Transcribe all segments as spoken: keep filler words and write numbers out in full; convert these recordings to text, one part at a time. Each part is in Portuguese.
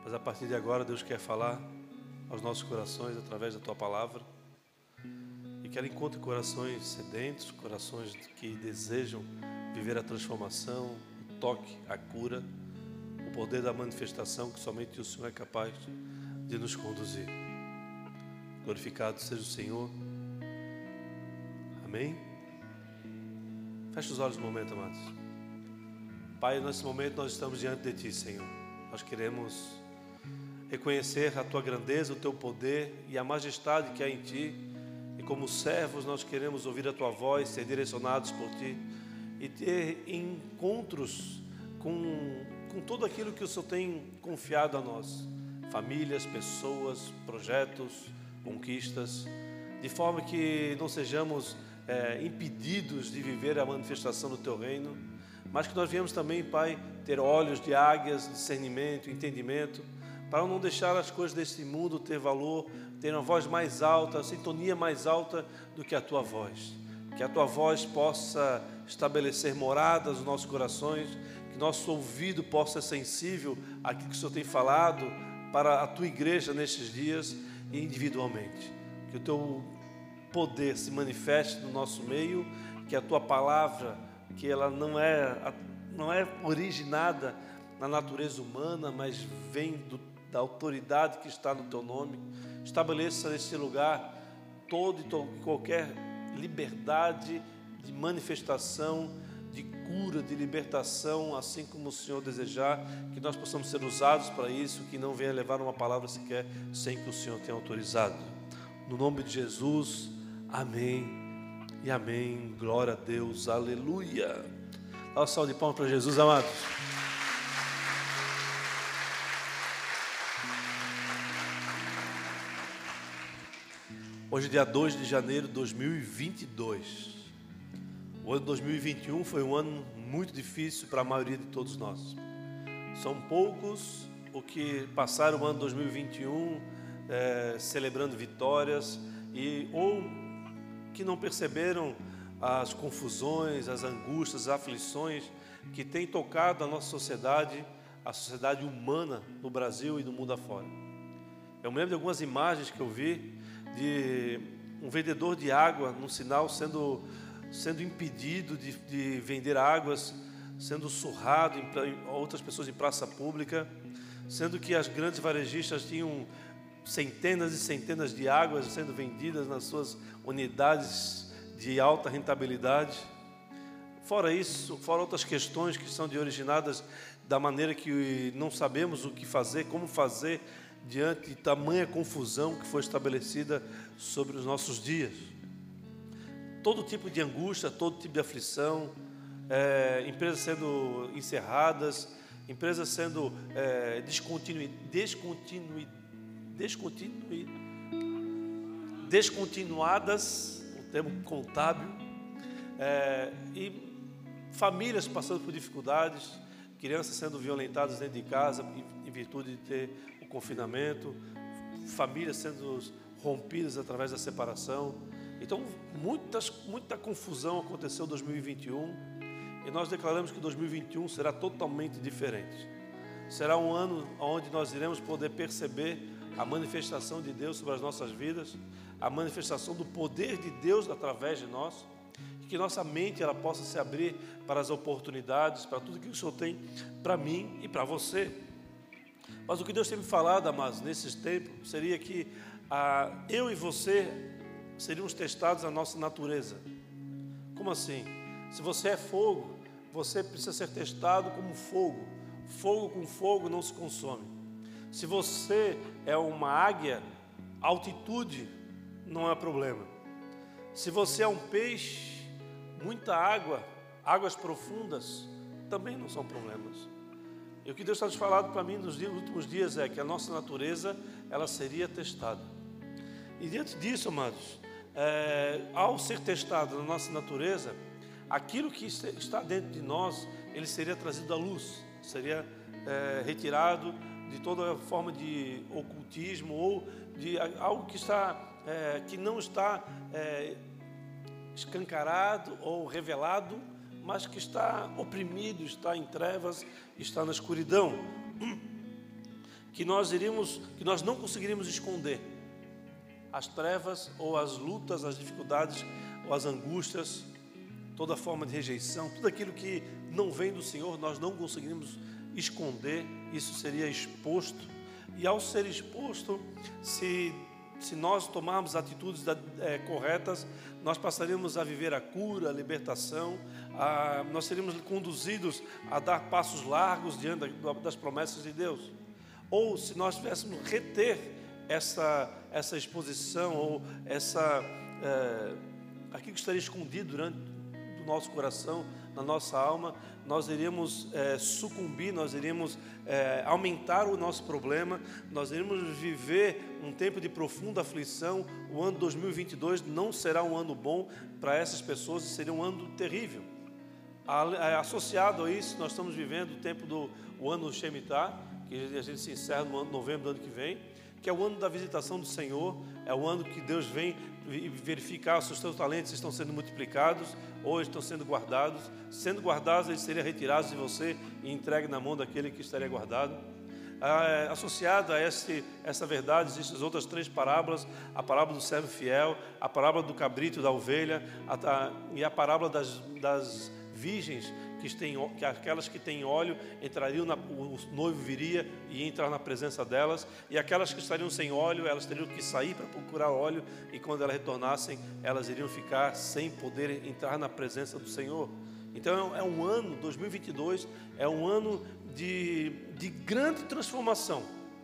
Mas a partir de agora, Deus quer falar aos nossos corações através da Tua palavra. E que ela encontre corações sedentos, corações que desejam viver a transformação, o toque, a cura, o poder da manifestação que somente o Senhor é capaz de nos conduzir. Glorificado seja o Senhor. Amém? Feche os olhos um momento, amados. Pai, nesse momento nós estamos diante de Ti, Senhor. Nós queremos reconhecer a Tua grandeza, o Teu poder e a majestade que há em Ti. E como servos nós queremos ouvir a Tua voz, ser direcionados por Ti e ter encontros com, com tudo aquilo que o Senhor tem confiado a nós. Famílias, pessoas, projetos, conquistas, de forma que não sejamos é, impedidos de viver a manifestação do Teu reino, mas que nós viemos também, Pai, ter olhos de águias, discernimento, entendimento, para não deixar as coisas desse mundo ter valor, ter uma voz mais alta, a sintonia mais alta do que a Tua voz. Que a Tua voz possa estabelecer moradas nos nossos corações, que nosso ouvido possa ser sensível àquilo que o Senhor tem falado para a Tua igreja nestes dias e individualmente. Que o Teu poder se manifeste no nosso meio, que a Tua palavra, que ela não é, não é originada na natureza humana, mas vem do, da autoridade que está no Teu nome. Estabeleça nesse lugar todo e qualquer liberdade de manifestação, de cura, de libertação, assim como o Senhor desejar, que nós possamos ser usados para isso, que não venha levar uma palavra sequer sem que o Senhor tenha autorizado. No nome de Jesus, amém e amém. Glória a Deus, aleluia. Dá uma salva de palmas para Jesus, amados. Hoje é dia dois de janeiro de dois mil e vinte e dois. O ano dois mil e vinte e um foi um ano muito difícil para a maioria de todos nós. São poucos os que passaram o ano dois mil e vinte e um é, celebrando vitórias e, ou que não perceberam as confusões, as angústias, as aflições que têm tocado a nossa sociedade, a sociedade humana no Brasil e no mundo afora. Eu me lembro de algumas imagens que eu vi de um vendedor de água no sinal sendo, sendo impedido de, de vender águas, sendo surrado em, em outras pessoas em praça pública, sendo que as grandes varejistas tinham centenas e centenas de águas sendo vendidas nas suas unidades de alta rentabilidade. Fora isso, fora outras questões que são de originadas da maneira que não sabemos o que fazer, como fazer, diante de tamanha confusão que foi estabelecida sobre os nossos dias. Todo tipo de angústia, todo tipo de aflição, é, empresas sendo encerradas, empresas sendo é, descontinui, descontinui, descontinui, descontinuadas, o termo contábil, é, e famílias passando por dificuldades, crianças sendo violentadas dentro de casa em virtude de ter o confinamento, famílias sendo rompidas através da separação. Então, muitas, muita confusão aconteceu em dois mil e vinte e um e nós declaramos que dois mil e vinte e um será totalmente diferente. Será um ano onde nós iremos poder perceber a manifestação de Deus sobre as nossas vidas, a manifestação do poder de Deus através de nós, e que nossa mente ela possa se abrir para as oportunidades, para tudo que o Senhor tem para mim e para você. Mas o que Deus tem me falado, amados, nesses tempos, seria que ah, eu e você seríamos testados na nossa natureza. Como assim? Se você é fogo, você precisa ser testado como fogo. Fogo com fogo não se consome. Se você é uma águia, altitude não é problema. Se você é um peixe, muita água, águas profundas, também não são problemas. E o que Deus está nos falando para mim nos últimos dias é que a nossa natureza, ela seria testada. E diante disso, amados, é, ao ser testado na nossa natureza, aquilo que está dentro de nós, ele seria trazido à luz, seria é, retirado de toda forma de ocultismo ou de algo que, está, é, que não está é, escancarado ou revelado, mas que está oprimido, está em trevas, está na escuridão. que nós iríamos, que nós não conseguiríamos esconder as trevas ou as lutas, as dificuldades ou as angústias, toda forma de rejeição, tudo aquilo que não vem do Senhor, nós não conseguiríamos esconder, isso seria exposto. E ao ser exposto, se, se nós tomarmos atitudes é, corretas, nós passaríamos a viver a cura, a libertação, a, nós seríamos conduzidos a dar passos largos diante das promessas de Deus. Ou se nós tivéssemos reter essa, essa exposição ou essa, é, aquilo que estaria escondido durante do nosso coração, na nossa alma, nós iríamos é, sucumbir, nós iríamos é, aumentar o nosso problema, nós iríamos viver um tempo de profunda aflição. O ano dois mil e vinte e dois não será um ano bom para essas pessoas, seria um ano terrível. Associado a isso, nós estamos vivendo o tempo do o ano Shemitah, que a gente se encerra no ano de novembro do ano que vem, que é o ano da visitação do Senhor, é o ano que Deus vem verificar se os seus talentos estão sendo multiplicados ou estão sendo guardados. Sendo guardados, eles seriam retirados de você e entregues na mão daquele que estaria guardado. Ah, associado a esse, essa verdade, existem as outras três parábolas: a parábola do servo fiel, a parábola do cabrito e da ovelha, a, a, e a parábola das, das virgens, que, têm, que aquelas que têm óleo entrariam, na, o noivo viria e ia entrar na presença delas, e aquelas que estariam sem óleo, elas teriam que sair para procurar óleo, e quando elas retornassem, elas iriam ficar sem poder entrar na presença do Senhor. Então é um ano, dois mil e vinte e dois, é um ano de, de grande transformação,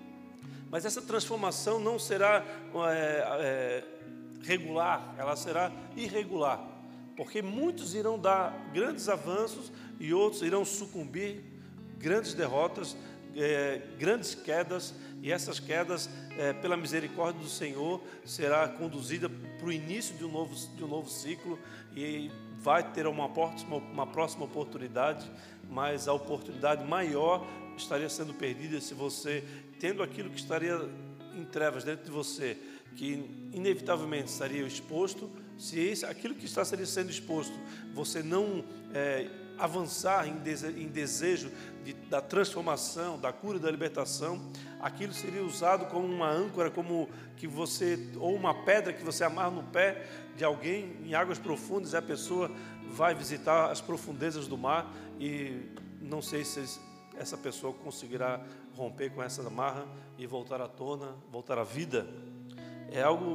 mas essa transformação não será é, é, regular, ela será irregular, porque muitos irão dar grandes avanços e outros irão sucumbir, grandes derrotas, é, grandes quedas, e essas quedas, é, pela misericórdia do Senhor, será conduzida para o início de um novo, de um novo ciclo, e vai ter uma próxima, uma próxima oportunidade, mas a oportunidade maior estaria sendo perdida se você, tendo aquilo que estaria em trevas dentro de você, que inevitavelmente estaria exposto, se esse, aquilo que está sendo exposto, você não é, avançar em, dese, em desejo de, da transformação, da cura e da libertação, aquilo seria usado como uma âncora, como que você, ou uma pedra que você amarra no pé de alguém em águas profundas, e a pessoa vai visitar as profundezas do mar, e não sei se essa pessoa conseguirá romper com essa amarra e voltar à tona, voltar à vida. É algo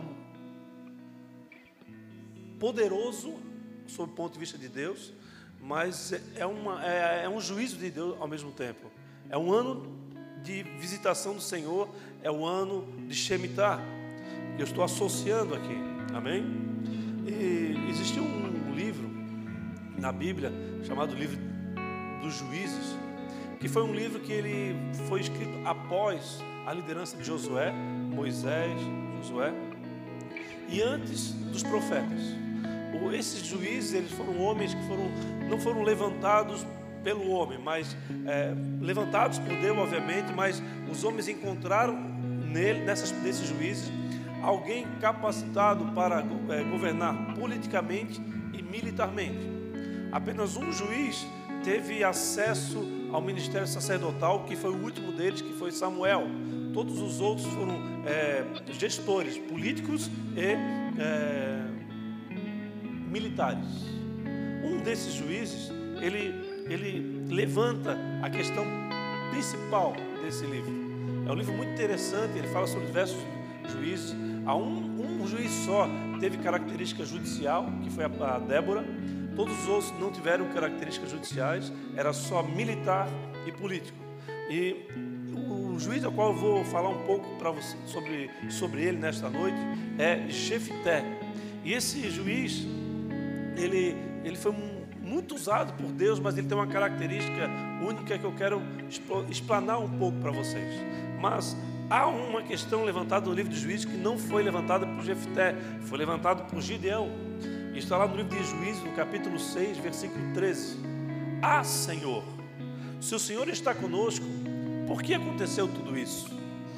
poderoso sob o ponto de vista de Deus, mas é, uma, é, é um juízo de Deus ao mesmo tempo. É um ano de visitação do Senhor, é um ano de Shemitah. Eu estou associando aqui, amém? E existe um livro na Bíblia chamado Livro dos Juízes, que foi um livro que ele foi escrito após a liderança de Josué, Moisés, Josué, e antes dos profetas. Esses juízes, eles foram homens que foram, não foram levantados pelo homem, mas é, levantados por Deus, obviamente, mas os homens encontraram nele, nessas, nesses juízes, alguém capacitado para é, governar politicamente e militarmente. Apenas um juiz teve acesso ao ministério sacerdotal, que foi o último deles, que foi Samuel. Todos os outros foram é, gestores políticos e é, militares. Um desses juízes, ele, ele levanta a questão principal desse livro. É um livro muito interessante, ele fala sobre diversos juízes. Há um, um juiz só teve característica judicial, que foi a, a Débora. Todos os outros não tiveram características judiciais, era só militar e político. E o juiz ao qual eu vou falar um pouco para você sobre, sobre ele nesta noite é Jefté. E esse juiz, ele, ele foi muito usado por Deus, mas ele tem uma característica única que eu quero explanar um pouco para vocês. Mas há uma questão levantada no livro dos Juízes que não foi levantada por Jefté, foi levantada por Gideão. E está lá no livro de Juízes, no capítulo seis, versículo treze. Ah, Senhor, se o Senhor está conosco, por que aconteceu tudo isso?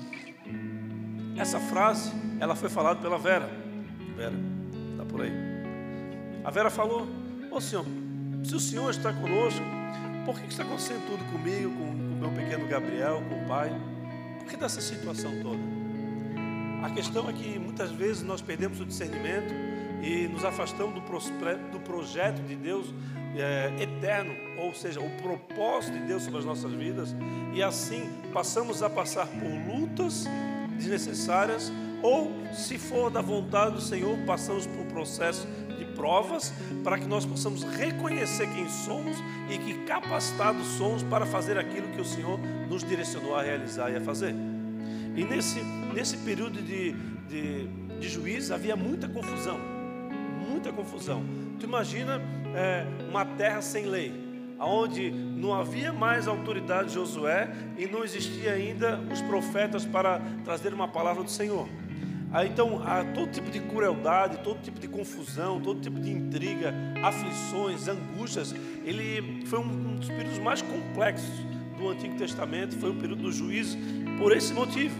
Essa frase, ela foi falada pela Vera. Vera, está por aí. A Vera falou: ô Senhor, se o Senhor está conosco, por que está acontecendo tudo comigo, com o meu pequeno Gabriel, com o pai? Por que dessa situação toda? A questão é que muitas vezes nós perdemos o discernimento e nos afastamos do, do projeto de Deus é, eterno, ou seja, o propósito de Deus sobre as nossas vidas, e assim passamos a passar por lutas desnecessárias, ou, se for da vontade do Senhor, passamos por processo de provas, para que nós possamos reconhecer quem somos e que capacitados somos para fazer aquilo que o Senhor nos direcionou a realizar e a fazer. E nesse, nesse período de, de, de juízo havia muita confusão, muita confusão. Tu imagina é, uma terra sem lei, onde não havia mais autoridade de Josué e não existia ainda os profetas para trazer uma palavra do Senhor. Então, há todo tipo de crueldade, todo tipo de confusão, todo tipo de intriga, aflições, angústias. Ele foi um dos períodos mais complexos do Antigo Testamento, foi o período do juízo, por esse motivo.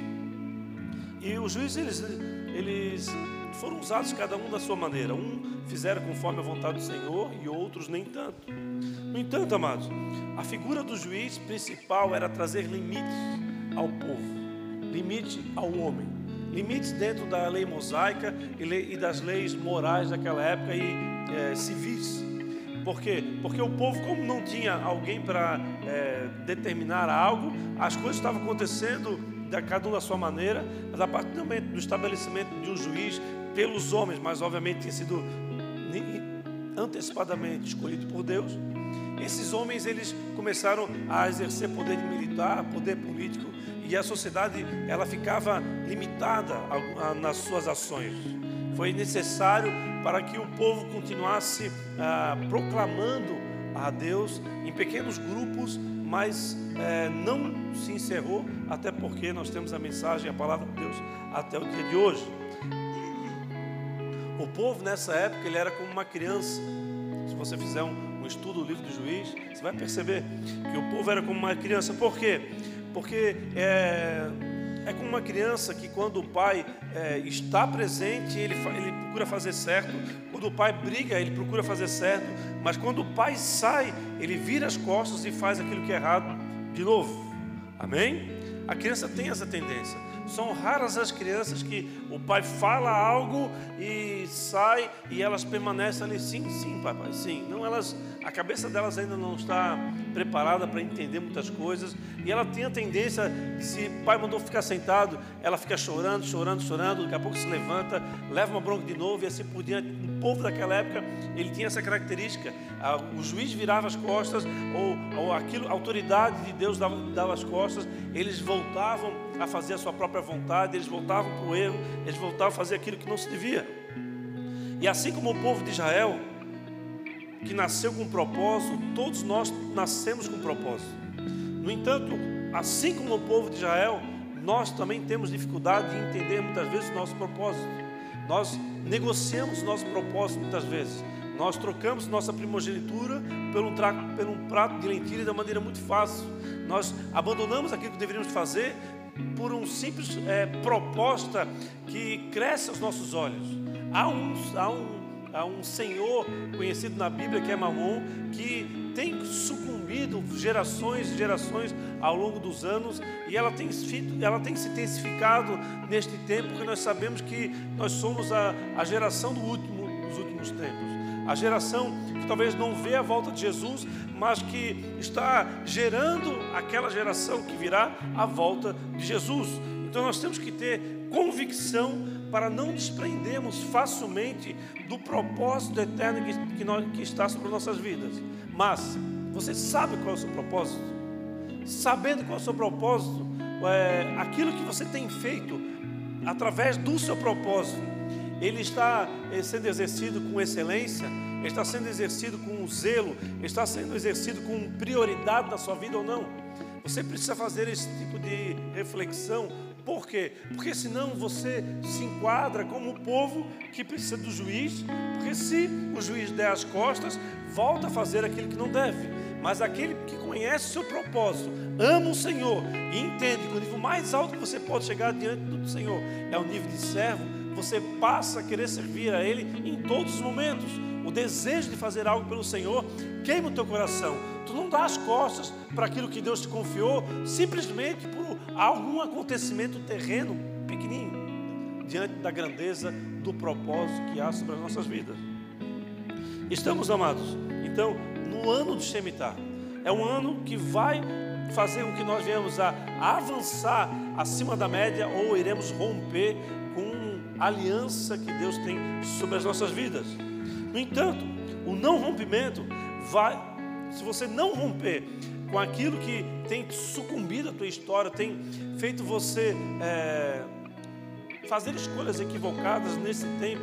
E os juízes, eles, eles foram usados cada um da sua maneira. Um fizeram conforme a vontade do Senhor e outros nem tanto. No entanto, amados, a figura do juiz principal era trazer limites ao povo, limite ao homem. Limites dentro da lei mosaica e das leis morais daquela época e é, civis. Por quê? Porque o povo, como não tinha alguém para é, determinar algo, as coisas estavam acontecendo de cada um da sua maneira, mas a partir do momento do estabelecimento de um juiz pelos homens, mas obviamente tinha sido antecipadamente escolhido por Deus, esses homens eles começaram a exercer poder militar, poder político, e a sociedade ela ficava limitada a, a, nas suas ações. Foi necessário para que o povo continuasse ah, proclamando a Deus em pequenos grupos, mas eh, não se encerrou, até porque nós temos a mensagem, a palavra de Deus até o dia de hoje. O povo nessa época ele era como uma criança. Se você fizer um, um estudo do livro do Juiz, você vai perceber que o povo era como uma criança. Por quê? Porque é, é como uma criança que quando o pai é, está presente, ele, ele procura fazer certo. Quando o pai briga, ele procura fazer certo. Mas quando o pai sai, ele vira as costas e faz aquilo que é errado de novo. Amém? A criança tem essa tendência. São raras as crianças que o pai fala algo e sai e elas permanecem ali, sim, sim, papai, sim. Não, elas, a cabeça delas ainda não está preparada para entender muitas coisas e ela tem a tendência, se o pai mandou ficar sentado, ela fica chorando, chorando, chorando, daqui a pouco se levanta, leva uma bronca de novo e assim por diante. O povo daquela época, ele tinha essa característica, o juiz virava as costas ou, ou aquilo, a autoridade de Deus dava, dava as costas, eles voltavam a fazer a sua própria vontade, eles voltavam para o erro, eles voltavam a fazer aquilo que não se devia. E assim como o povo de Israel, que nasceu com um propósito, todos nós nascemos com um propósito. No entanto, assim como o povo de Israel, nós também temos dificuldade de entender muitas vezes o nosso propósito. Nós negociamos o nosso propósito muitas vezes. Nós trocamos nossa primogenitura por um, tra... por um prato de lentilha de maneira muito fácil. Nós abandonamos aquilo que deveríamos fazer por um simples é, proposta que cresce aos nossos olhos. Há um, há, um, há um senhor conhecido na Bíblia que é Mamon, que tem sucumbido gerações e gerações ao longo dos anos, e ela tem, ela tem se intensificado neste tempo, porque nós sabemos que nós somos a, a geração do último, dos últimos tempos. A geração que talvez não vê a volta de Jesus, mas que está gerando aquela geração que virá a volta de Jesus. Então nós temos que ter convicção para não desprendermos facilmente do propósito eterno que, que, nós, que está sobre nossas vidas. Mas você sabe qual é o seu propósito? Sabendo qual é o seu propósito, é, aquilo que você tem feito através do seu propósito, ele está sendo exercido com excelência, ele está sendo exercido com zelo, ele está sendo exercido com prioridade na sua vida ou não? Você precisa fazer esse tipo de reflexão. Por quê? Porque senão você se enquadra como o povo que precisa do juiz, porque se o juiz der as costas, volta a fazer aquilo que não deve. Mas aquele que conhece o seu propósito, ama o Senhor e entende que o nível mais alto que você pode chegar diante do Senhor é o nível de servo, você passa a querer servir a Ele em todos os momentos. O desejo de fazer algo pelo Senhor queima o teu coração. Tu não dá as costas para aquilo que Deus te confiou, simplesmente por algum acontecimento terreno pequenininho diante da grandeza do propósito que há sobre as nossas vidas. Estamos, amados, então, no ano de Shemitah. É um ano que vai fazer com que nós venhamos a avançar acima da média, ou iremos romper com a aliança que Deus tem sobre as nossas vidas. No entanto, o não rompimento vai, se você não romper com aquilo que tem sucumbido a tua história, tem feito você é, fazer escolhas equivocadas nesse tempo.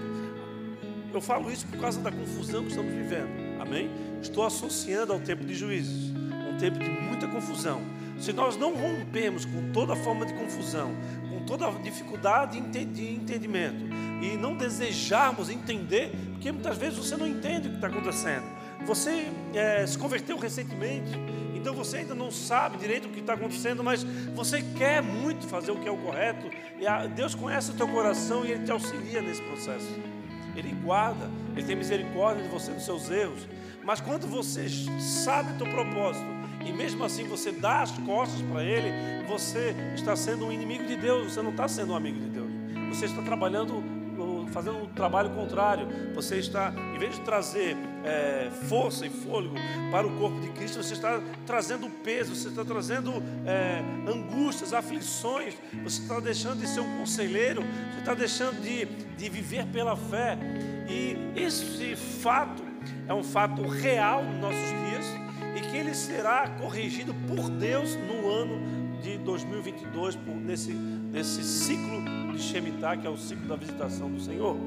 Eu falo isso por causa da confusão que estamos vivendo, amém? Estou associando ao tempo de Juízes, um tempo de muita confusão. Se nós não rompermos com toda forma de confusão, com toda dificuldade de entendimento, e não desejarmos entender, porque muitas vezes você não entende o que está acontecendo. Você é, se converteu recentemente, então você ainda não sabe direito o que está acontecendo, mas você quer muito fazer o que é o correto, e a, Deus conhece o teu coração e Ele te auxilia nesse processo. Ele guarda, Ele tem misericórdia de você, dos seus erros. Mas quando você sabe o teu propósito, e mesmo assim você dá as costas para Ele, você está sendo um inimigo de Deus, você não está sendo um amigo de Deus. Você está trabalhando, fazendo um trabalho contrário. Você está, em vez de trazer é, força e fôlego para o corpo de Cristo, você está trazendo peso, você está trazendo é, angústias, aflições, você está deixando de ser um conselheiro, você está deixando de, de viver pela fé. E esse fato é um fato real nos nossos dias, e que ele será corrigido por Deus no ano de dois mil e vinte e dois, por, nesse, nesse ciclo de Shemitah, que é o ciclo da visitação do Senhor.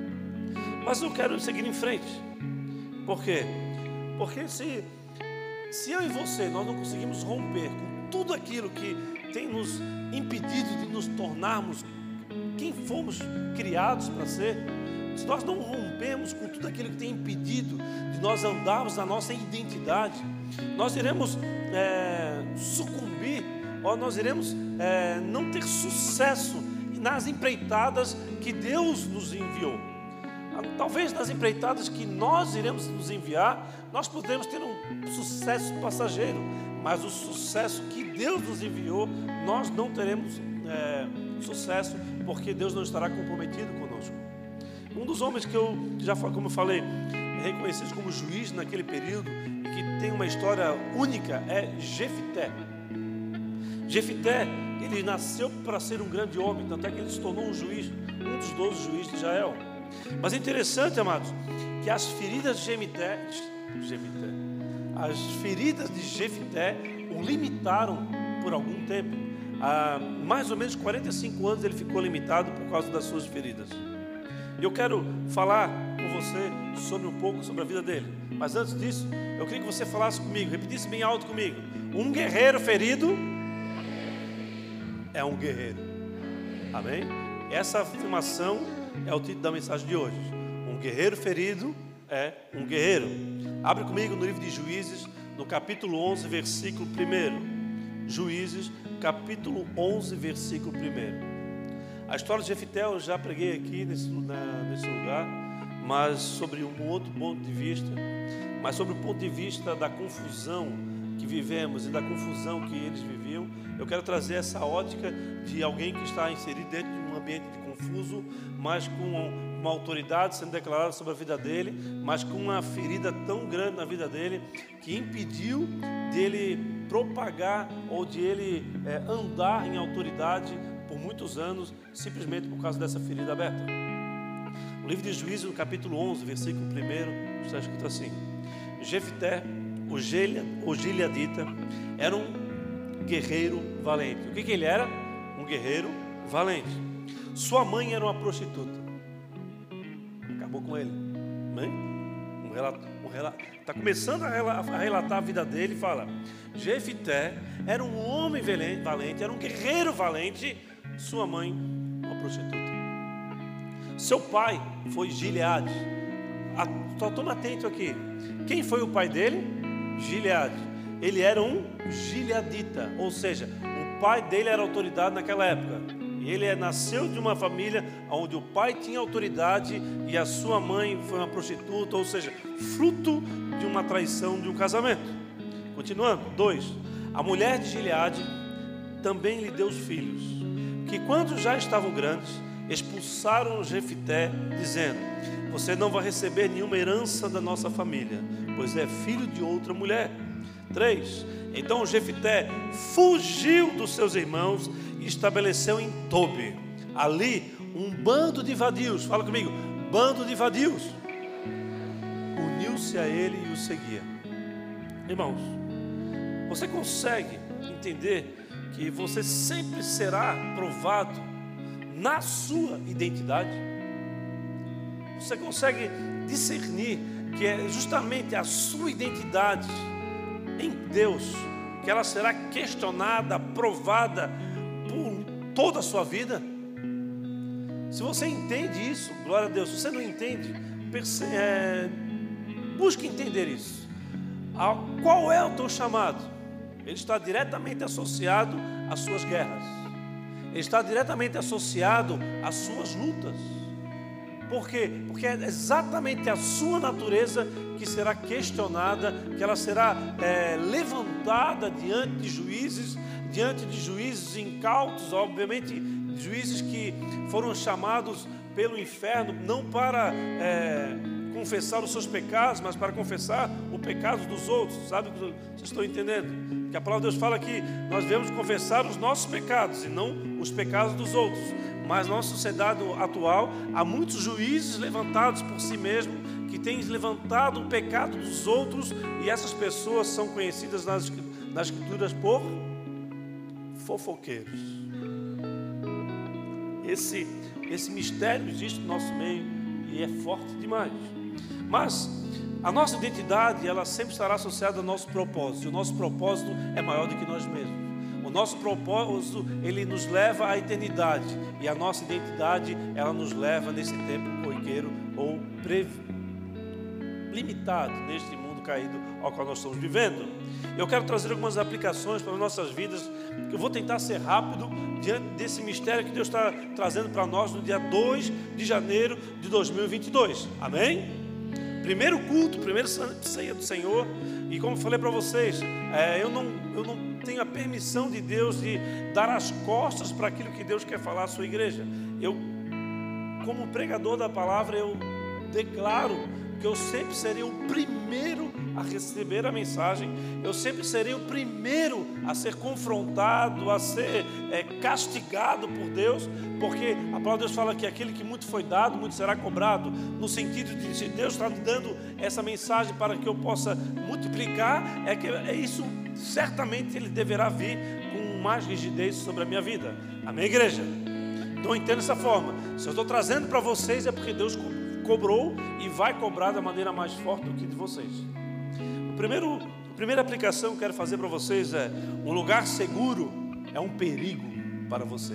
Mas eu quero seguir em frente. Por quê? Porque se, se eu e você, nós não conseguimos romper com tudo aquilo que tem nos impedido de nos tornarmos quem fomos criados para ser, se nós não rompemos com tudo aquilo que tem impedido de nós andarmos na nossa identidade, nós iremos é, sucumbir, ou nós iremos é, não ter sucesso nas empreitadas que Deus nos enviou. Talvez nas empreitadas que nós iremos nos enviar, nós podemos ter um sucesso passageiro, mas o sucesso que Deus nos enviou, nós não teremos é, sucesso, porque Deus não estará comprometido conosco. Um dos homens que eu já, como eu falei, reconhecidos como juiz naquele período, e que tem uma história única, é Jefité. Jefité, ele nasceu para ser um grande homem, tanto é que ele se tornou um juiz, um dos doze juízes de Israel. Mas é interessante, amados, que as feridas de Jefité, Jefité, as feridas de Jefité o limitaram por algum tempo. Há mais ou menos quarenta e cinco anos ele ficou limitado por causa das suas feridas. Eu quero falar com você sobre um pouco sobre a vida dele. Mas antes disso, eu queria que você falasse comigo, repetisse bem alto comigo. Um guerreiro ferido é um guerreiro. Amém? Essa afirmação é o título da mensagem de hoje. Um guerreiro ferido é um guerreiro. Abre comigo no livro de Juízes, no capítulo onze, versículo um. Juízes, capítulo onze, versículo um. A história de Jefité eu já preguei aqui nesse, na, nesse lugar, mas sobre um outro ponto de vista, mas sobre o ponto de vista da confusão que vivemos e da confusão que eles viviam, eu quero trazer essa ótica de alguém que está inserido dentro de um ambiente de confuso, mas com uma autoridade sendo declarada sobre a vida dele, mas com uma ferida tão grande na vida dele, que impediu dele propagar ou de ele é, andar em autoridade por muitos anos, simplesmente por causa dessa ferida aberta. O livro de Juízes, no capítulo onze, versículo um, está escrito assim: Jefité, o, Gilead, o gileadita, era um guerreiro valente. O que, que ele era? Um guerreiro valente. Sua mãe era uma prostituta. Acabou com ele. Amém? Um relato, um relato. Está começando a relatar a vida dele e fala: Jefité era um homem valente, era um guerreiro valente. Sua mãe, uma prostituta. Seu pai foi Gileade. Só toma atento aqui. Quem foi o pai dele? Gileade. Ele era um gileadita, ou seja, o pai dele era autoridade naquela época. E ele nasceu de uma família onde o pai tinha autoridade e a sua mãe foi uma prostituta, ou seja, fruto de uma traição de um casamento. Continuando, dois. A mulher de Gileade também lhe deu os filhos, que quando já estavam grandes, expulsaram Jefité, dizendo: você não vai receber nenhuma herança da nossa família, pois é filho de outra mulher. três. Então Jefité fugiu dos seus irmãos e estabeleceu em Tobi. Ali um bando de vadios, fala comigo, bando de vadios, uniu-se a ele e o seguia. Irmãos, você consegue entender que você sempre será provado na sua identidade? Você consegue discernir que é justamente a sua identidade em Deus que ela será questionada, provada por toda a sua vida? Se você entende isso, glória a Deus. Se você não entende, perce- é, busque entender isso. A, qual é o teu chamado? Ele está diretamente associado às suas guerras. Ele está diretamente associado às suas lutas. Por quê? Porque é exatamente a sua natureza que será questionada, que ela será é, levantada diante de juízes, diante de juízes incautos, obviamente juízes que foram chamados pelo inferno, não para é, confessar os seus pecados, mas para confessar o pecado dos outros. Sabe o que vocês estão entendendo? Que a palavra de Deus fala que nós devemos confessar os nossos pecados e não os pecados dos outros. Mas na nossa sociedade atual, há muitos juízes levantados por si mesmos, que têm levantado o pecado dos outros, e essas pessoas são conhecidas nas, nas escrituras por fofoqueiros. Esse, esse mistério existe no nosso meio e é forte demais. Mas a nossa identidade, ela sempre estará associada ao nosso propósito. E o nosso propósito é maior do que nós mesmos. O nosso propósito, ele nos leva à eternidade. E a nossa identidade, ela nos leva nesse tempo corriqueiro ou prev... limitado, neste mundo caído ao qual nós estamos vivendo. Eu quero trazer algumas aplicações para as nossas vidas, que eu vou tentar ser rápido diante desse mistério que Deus está trazendo para nós no dia dois de janeiro de dois mil e vinte e dois. Amém? Primeiro culto, primeiro ceia do Senhor. E como eu falei para vocês, é, eu, não, eu não tenho a permissão de Deus de dar as costas para aquilo que Deus quer falar à sua igreja. Eu, como pregador da palavra, eu declaro que eu sempre serei o primeiro a receber a mensagem, eu sempre serei o primeiro a ser confrontado, a ser é, castigado por Deus, porque a palavra de Deus fala que aquele que muito foi dado, muito será cobrado, no sentido de se Deus está me dando essa mensagem para que eu possa multiplicar, é que é isso, certamente Ele deverá vir com mais rigidez sobre a minha vida. Amém, igreja? Então entenda dessa forma, se eu estou trazendo para vocês é porque Deus cobrou e vai cobrar da maneira mais forte do que de vocês. O primeiro, a primeira aplicação que eu quero fazer para vocês é: um lugar seguro é um perigo para você.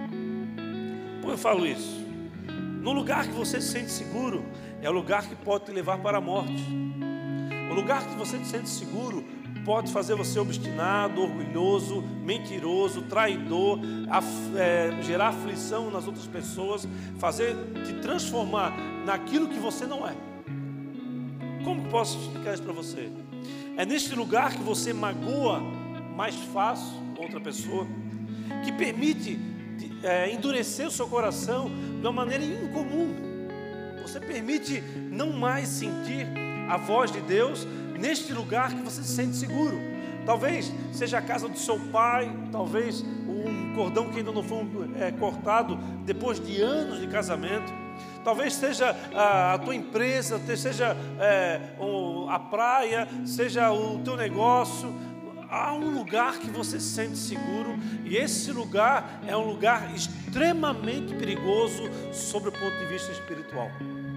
Por que eu falo isso? No lugar que você se sente seguro, é o lugar que pode te levar para a morte. O lugar que você se sente seguro pode fazer você obstinado, orgulhoso, mentiroso, traidor, af, é, gerar aflição nas outras pessoas, fazer te transformar naquilo que você não é. Como posso explicar isso para você? É neste lugar que você magoa mais fácil outra pessoa, que permite é, endurecer o seu coração de uma maneira incomum. Você permite não mais sentir a voz de Deus neste lugar que você se sente seguro. Talvez seja a casa do seu pai, talvez um cordão que ainda não foi é, cortado depois de anos de casamento. Talvez seja a, a tua empresa, seja é, o, a praia, seja o teu negócio. Há um lugar que você se sente seguro, e esse lugar é um lugar extremamente perigoso sob o ponto de vista espiritual.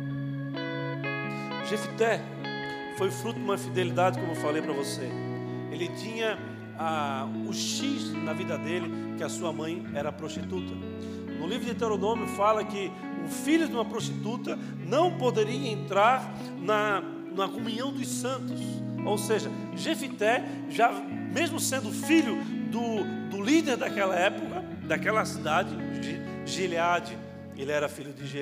Jefité foi fruto de uma fidelidade, como eu falei para você. Ele tinha ah, o X na vida dele, que a sua mãe era prostituta. No livro de Deuteronômio fala que o filho de uma prostituta não poderia entrar na, na comunhão dos santos. Ou seja, Jefité, já, mesmo sendo filho do, do líder daquela época, daquela cidade, Gileade, ele era filho de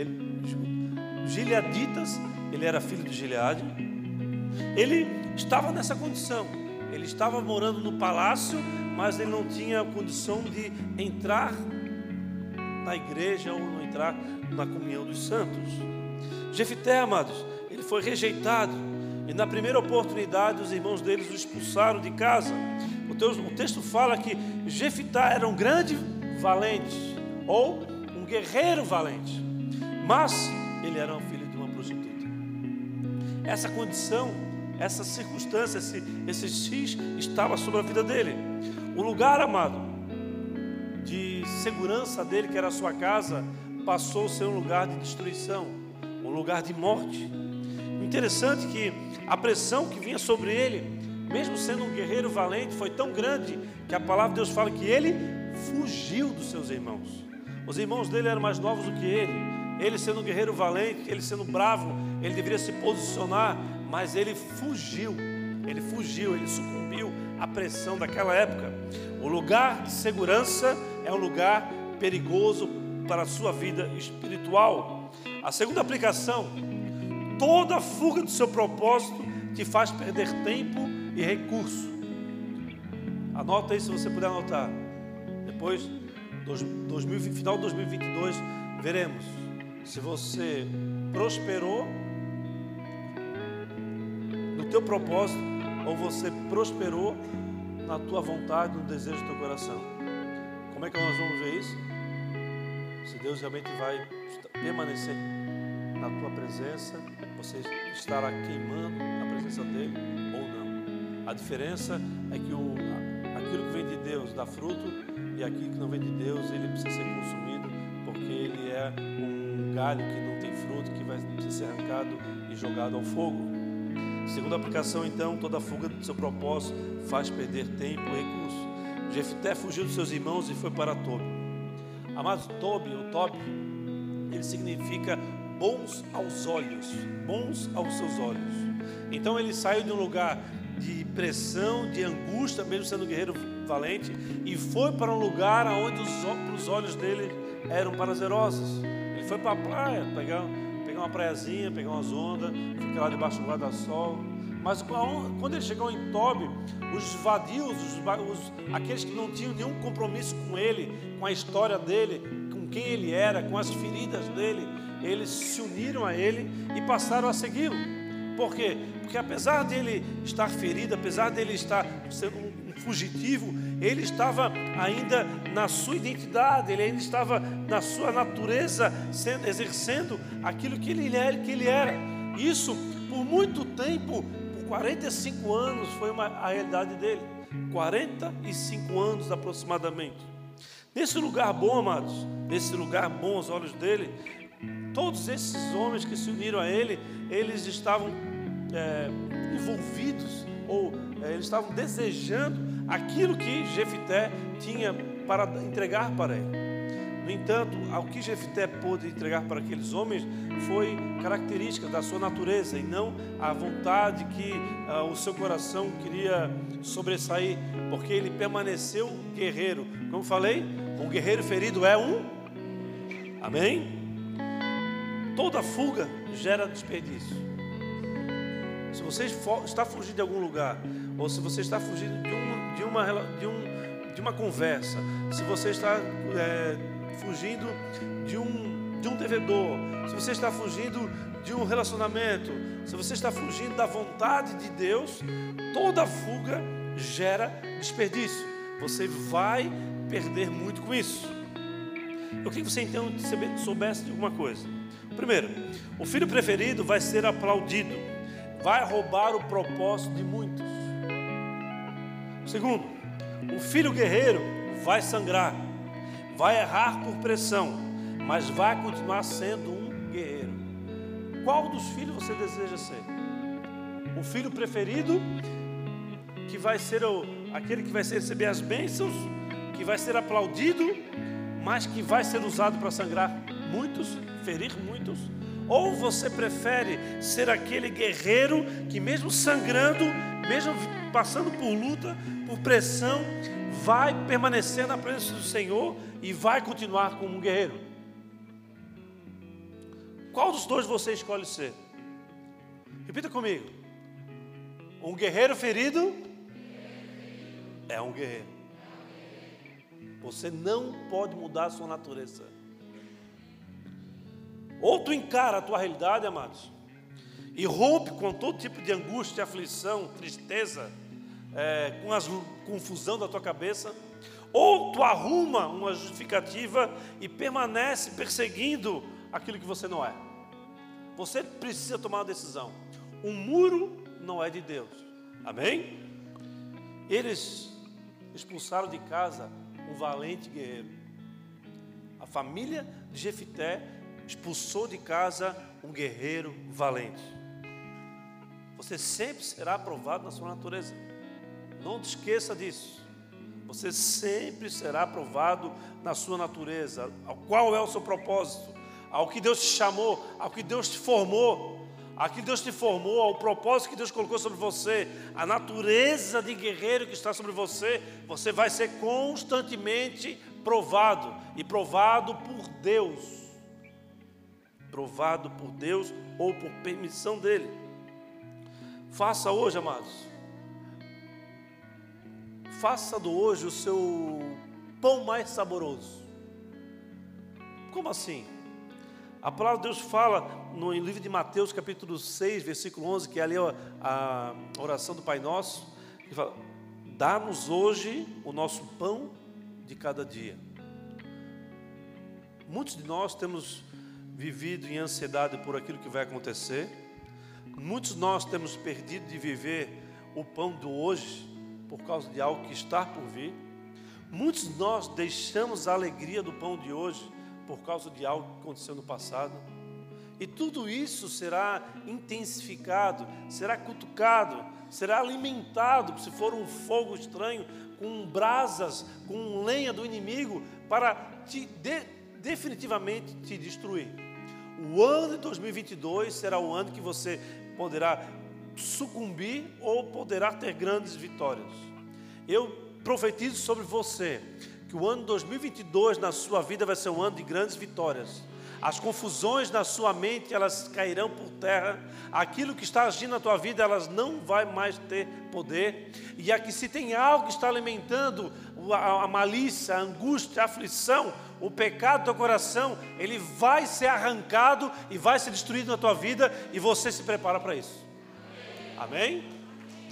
Gileaditas, ele era filho de Gileade. Ele estava nessa condição. Ele estava morando no palácio, mas ele não tinha condição de entrar na igreja ou não entrar na comunhão dos santos. Jefté, amados, ele foi rejeitado. E na primeira oportunidade, os irmãos deles o expulsaram de casa. O, teu, o texto fala que Jefté era um grande valente, ou um guerreiro valente, mas ele era um filho de uma prostituta. Essa condição, essa circunstância, esse, esse X estava sobre a vida dele. O lugar, amado, de segurança dele, que era a sua casa, passou a ser um lugar de destruição, um lugar de morte. Interessante que a pressão que vinha sobre ele, mesmo sendo um guerreiro valente, foi tão grande que a palavra de Deus fala que ele fugiu dos seus irmãos. Os irmãos dele eram mais novos do que ele. Ele sendo um guerreiro valente, ele sendo bravo, ele deveria se posicionar, mas ele fugiu. Ele fugiu, ele sucumbiu à pressão daquela época. O lugar de segurança é um lugar perigoso para a sua vida espiritual. A segunda aplicação: toda fuga do seu propósito te faz perder tempo e recurso. Anota aí se você puder anotar. Depois, dois, dois mil, final de dois mil e vinte e dois, veremos se você prosperou no teu propósito ou você prosperou na tua vontade, no desejo do teu coração. Como é que nós vamos ver isso? Se Deus realmente vai permanecer na tua presença, você estará queimando a presença dele ou não. A diferença é que o, aquilo que vem de Deus dá fruto, e aquilo que não vem de Deus, ele precisa ser consumido, porque ele é um galho que não tem fruto, que vai ser arrancado e jogado ao fogo. Segunda aplicação, então: toda fuga do seu propósito faz perder tempo e recurso. Jefté fugiu dos seus irmãos e foi para Tobi. Amados, Tobi, o Tobi, ele significa bons aos olhos, bons aos seus olhos. Então ele saiu de um lugar de pressão, de angústia, mesmo sendo um guerreiro valente, e foi para um lugar onde os, os olhos dele eram prazerosos. Ele foi para a praia, pegar, pegar uma praiazinha, pegar umas ondas, ficar lá debaixo do guarda-sol. Mas quando ele chegou em Tobi, os vadios, os, os, aqueles que não tinham nenhum compromisso com ele, com a história dele, com quem ele era, com as feridas dele, eles se uniram a ele e passaram a segui-lo. Por quê? Porque apesar dele estar ferido, apesar dele estar sendo um fugitivo, ele estava ainda na sua identidade, ele ainda estava na sua natureza, sendo, exercendo aquilo que ele, que ele era. Isso, por muito tempo, por quarenta e cinco anos, foi uma, a realidade dele. quarenta e cinco anos aproximadamente. Nesse lugar bom, amados, nesse lugar bom aos olhos dele, todos esses homens que se uniram a ele, eles estavam é, envolvidos, ou é, eles estavam desejando aquilo que Jefté tinha para entregar para ele. No entanto, o que Jefté pôde entregar para aqueles homens foi característica da sua natureza e não a vontade que ah, o seu coração queria sobressair, porque ele permaneceu guerreiro. Como falei, um guerreiro ferido é um... Amém? Toda fuga gera desperdício. Se você está fugindo de algum lugar, ou se você está fugindo de uma, de uma, de um, de uma conversa, se você está é, fugindo de um, de um devedor, se você está fugindo de um relacionamento, se você está fugindo da vontade de Deus, toda fuga gera desperdício. Você vai perder muito com isso. Eu queria que você então soubesse de alguma coisa. Primeiro, o filho preferido vai ser aplaudido, vai roubar o propósito de muitos. Segundo, o filho guerreiro vai sangrar, vai errar por pressão, mas vai continuar sendo um guerreiro. Qual dos filhos você deseja ser? O filho preferido, que vai ser o, aquele que vai receber as bênçãos, que vai ser aplaudido, mas que vai ser usado para sangrar muitos, ferir muitos? Ou você prefere ser aquele guerreiro que, mesmo sangrando, mesmo passando por luta, por pressão, vai permanecer na presença do Senhor e vai continuar como um guerreiro? Qual dos dois você escolhe ser? Repita comigo: um guerreiro ferido é um guerreiro. Você não pode mudar a sua natureza. Ou tu encara a tua realidade, amados, e rompe com todo tipo de angústia, aflição, tristeza, é, com a confusão da tua cabeça, ou tu arruma uma justificativa e permanece perseguindo aquilo que você não é. Você precisa tomar uma decisão. Um muro não é de Deus. Amém? Eles expulsaram de casa um valente guerreiro. A família de Jefité expulsou de casa um guerreiro valente. Você sempre será aprovado na sua natureza. Não te esqueça disso. Você sempre será aprovado na sua natureza. Qual é o seu propósito? Ao que Deus te chamou, ao que Deus te formou, ao que Deus te formou, ao propósito que Deus colocou sobre você, a natureza de guerreiro que está sobre você, você vai ser constantemente provado, e provado por Deus. Provado por Deus ou por permissão dEle. Faça hoje, amados, faça do hoje o seu pão mais saboroso. Como assim? A palavra de Deus fala no livro de Mateus, capítulo seis, versículo onze, que é ali a oração do Pai Nosso, que fala: dá-nos hoje o nosso pão de cada dia. Muitos de nós temos vivido em ansiedade por aquilo que vai acontecer. Muitos de nós temos perdido de viver o pão do hoje por causa de algo que está por vir. Muitos de nós deixamos a alegria do pão de hoje por causa de algo que aconteceu no passado. E tudo isso será intensificado, será cutucado, será alimentado, se for um fogo estranho, com brasas, com lenha do inimigo, para te, de, definitivamente te destruir. O ano de dois mil e vinte e dois será o ano que você poderá sucumbir ou poderá ter grandes vitórias. Eu profetizo sobre você que o ano dois mil e vinte e dois na sua vida vai ser um ano de grandes vitórias. As confusões na sua mente, elas cairão por terra. Aquilo que está agindo na tua vida, elas não vai mais ter poder. E aqui, se tem algo que está alimentando a, a malícia, a angústia, a aflição, o pecado do teu coração, ele vai ser arrancado e vai ser destruído na tua vida, e você se prepara para isso. Amém?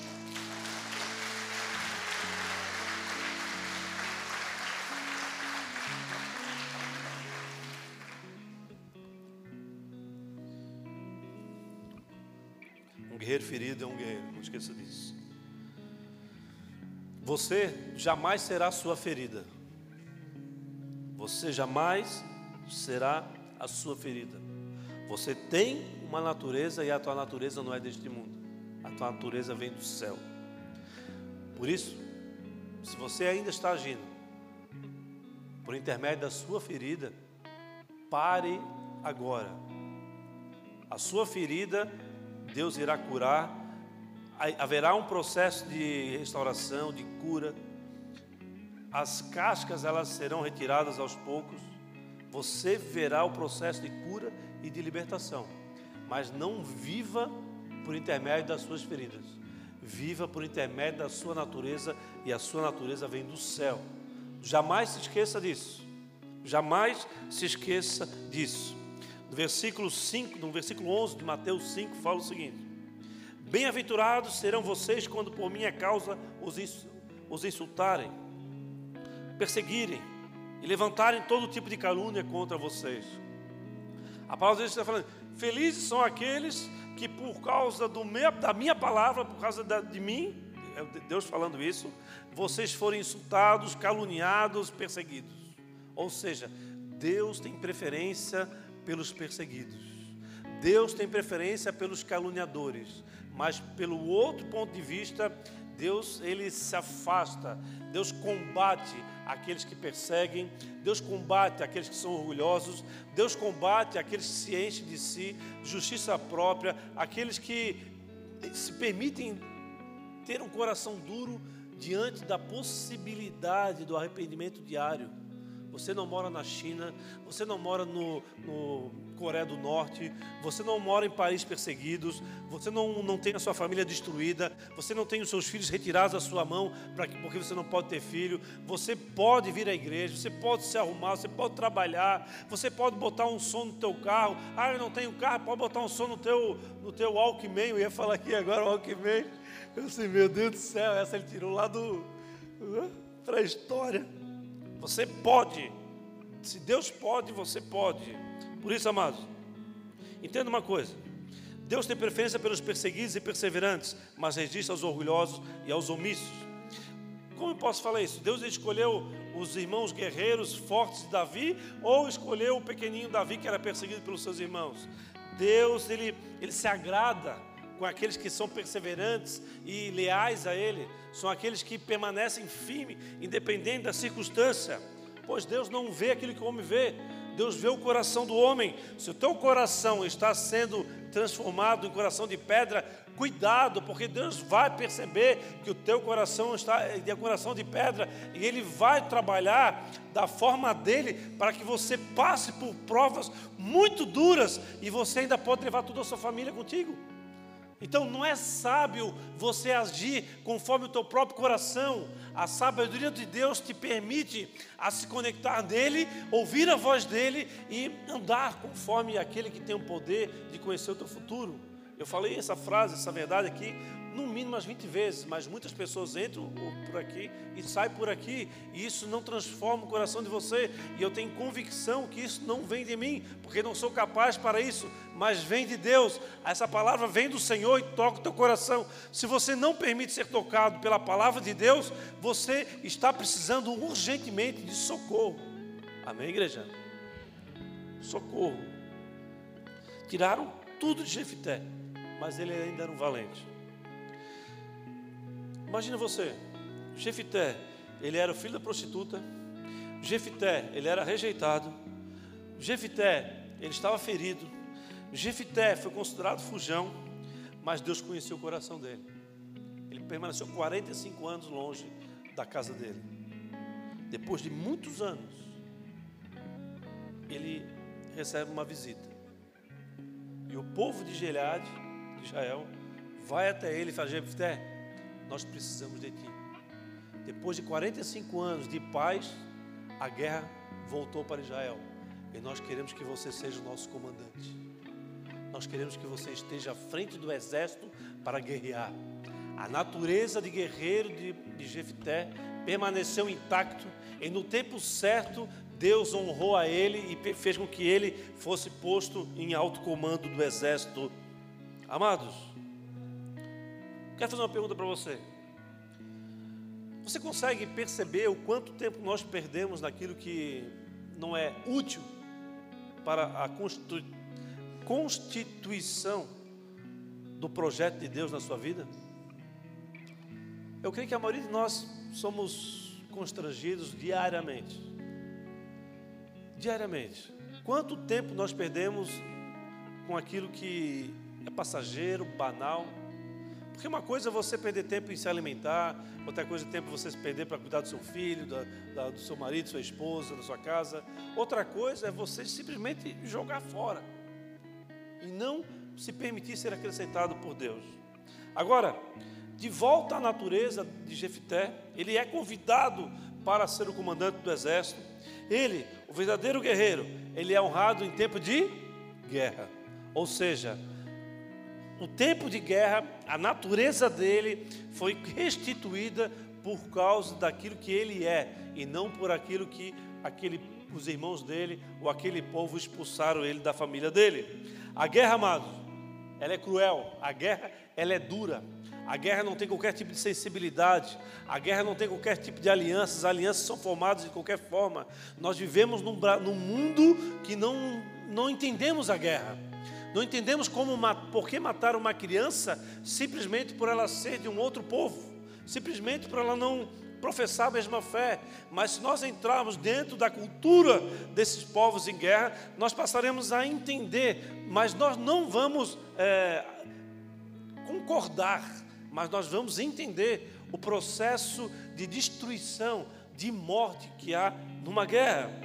Um guerreiro ferido é um guerreiro, não esqueça disso. Você jamais será a sua ferida. Você jamais será a sua ferida. Você tem uma natureza, e a tua natureza não é deste mundo. A tua natureza vem do céu. Por isso, se você ainda está agindo por intermédio da sua ferida, pare agora. A sua ferida, Deus irá curar. Haverá um processo de restauração, de cura. As cascas, elas serão retiradas aos poucos. Você verá o processo de cura e de libertação. Mas não viva por intermédio das suas feridas. Viva por intermédio da sua natureza, e a sua natureza vem do céu. Jamais se esqueça disso. Jamais se esqueça disso. No versículo cinco, no versículo onze de Mateus cinco, fala o seguinte: bem-aventurados serão vocês quando por minha causa os insultarem, perseguirem e levantarem todo tipo de calúnia contra vocês. A palavra de Deus está falando: felizes são aqueles que por causa do meu, da minha palavra, por causa da, de mim, Deus falando isso, vocês forem insultados, caluniados, perseguidos. Ou seja, Deus tem preferência pelos perseguidos. Deus tem preferência pelos caluniadores. Mas pelo outro ponto de vista, Deus, ele se afasta. Deus combate aqueles que perseguem. Deus combate aqueles que são orgulhosos. Deus combate aqueles que se enchem de si, justiça própria, aqueles que se permitem ter um coração duro diante da possibilidade do arrependimento diário. Você não mora na China, você não mora no, no Coreia do Norte, você não mora em países perseguidos, você não, não tem a sua família destruída, você não tem os seus filhos retirados da sua mão pra, porque você não pode ter filho. Você pode vir à igreja, você pode se arrumar, você pode trabalhar, você pode botar um som no teu carro. Ah, eu não tenho carro, pode botar um som no teu, no teu Walkman. Eu ia falar aqui agora o Walkman. Eu disse, meu Deus do céu, essa ele tirou lá do pré-história. Você pode. Se Deus pode, você pode. Por isso, amados, entenda uma coisa. Deus tem preferência pelos perseguidos e perseverantes, mas resiste aos orgulhosos e aos omissos. Como eu posso falar isso? Deus escolheu os irmãos guerreiros fortes de Davi, ou escolheu o pequenininho Davi que era perseguido pelos seus irmãos? Deus, ele, ele se agrada com aqueles que são perseverantes e leais a Ele. São aqueles que permanecem firmes, independente da circunstância. Pois Deus não vê aquilo que o homem vê. Deus vê o coração do homem. Se o teu coração está sendo transformado em coração de pedra, cuidado, porque Deus vai perceber que o teu coração está é coração de pedra, e Ele vai trabalhar da forma dele para que você passe por provas muito duras, e você ainda pode levar toda a sua família contigo. Então não é sábio você agir conforme o teu próprio coração. A sabedoria de Deus te permite a se conectar nele, ouvir a voz dele e andar conforme aquele que tem o poder de conhecer o teu futuro. Eu falei essa frase, essa verdade aqui, no mínimo umas vinte vezes, mas muitas pessoas entram por aqui e saem por aqui, e isso não transforma o coração de você, e eu tenho convicção que isso não vem de mim, porque não sou capaz para isso, mas vem de Deus. Essa palavra vem do Senhor e toca o teu coração. Se você não permite ser tocado pela palavra de Deus, você está precisando urgentemente de socorro. Amém, igreja? Socorro. Tiraram tudo de Jefité, mas ele ainda era um valente. Imagina você, Jefité, ele era o filho da prostituta. Jefité, ele era rejeitado. Jefité, ele estava ferido. Jefité foi considerado fujão, mas Deus conheceu o coração dele. Ele permaneceu quarenta e cinco anos longe da casa dele. Depois de muitos anos, ele recebe uma visita. E o povo de Gileade, de Israel, vai até ele e fala: Jefité, nós precisamos de ti. Depois de quarenta e cinco anos de paz, a guerra voltou para Israel. E nós queremos que você seja o nosso comandante. Nós queremos que você esteja à frente do exército para guerrear. A natureza de guerreiro de, de Jefité permaneceu intacto. E no tempo certo, Deus honrou a ele e fez com que ele fosse posto em alto comando do exército. Amados, quero fazer uma pergunta para você. Você consegue perceber o quanto tempo nós perdemos naquilo que não é útil para a constituição do projeto de Deus na sua vida? Eu creio que a maioria de nós somos constrangidos diariamente. Diariamente. Quanto tempo nós perdemos com aquilo que é passageiro, banal? Porque uma coisa é você perder tempo em se alimentar, outra coisa é tempo você se perder para cuidar do seu filho, da, da, do seu marido, sua esposa, da sua casa. Outra coisa é você simplesmente jogar fora e não se permitir ser acrescentado por Deus. Agora, de volta à natureza de Jefité, ele é convidado para ser o comandante do exército. Ele, o verdadeiro guerreiro, ele é honrado em tempo de guerra. Ou seja, o tempo de guerra, a natureza dele foi restituída por causa daquilo que ele é, e não por aquilo que aquele, os irmãos dele ou aquele povo expulsaram ele da família dele. A guerra, amados, ela é cruel, a guerra ela é dura, a guerra não tem qualquer tipo de sensibilidade, a guerra não tem qualquer tipo de alianças, as alianças são formadas de qualquer forma. Nós vivemos num, num mundo que não, não entendemos a guerra. Não entendemos como, por que matar uma criança simplesmente por ela ser de um outro povo, simplesmente por ela não professar a mesma fé. Mas se nós entrarmos dentro da cultura desses povos em guerra, nós passaremos a entender, mas nós não vamos é, concordar, mas nós vamos entender o processo de destruição, de morte que há numa guerra.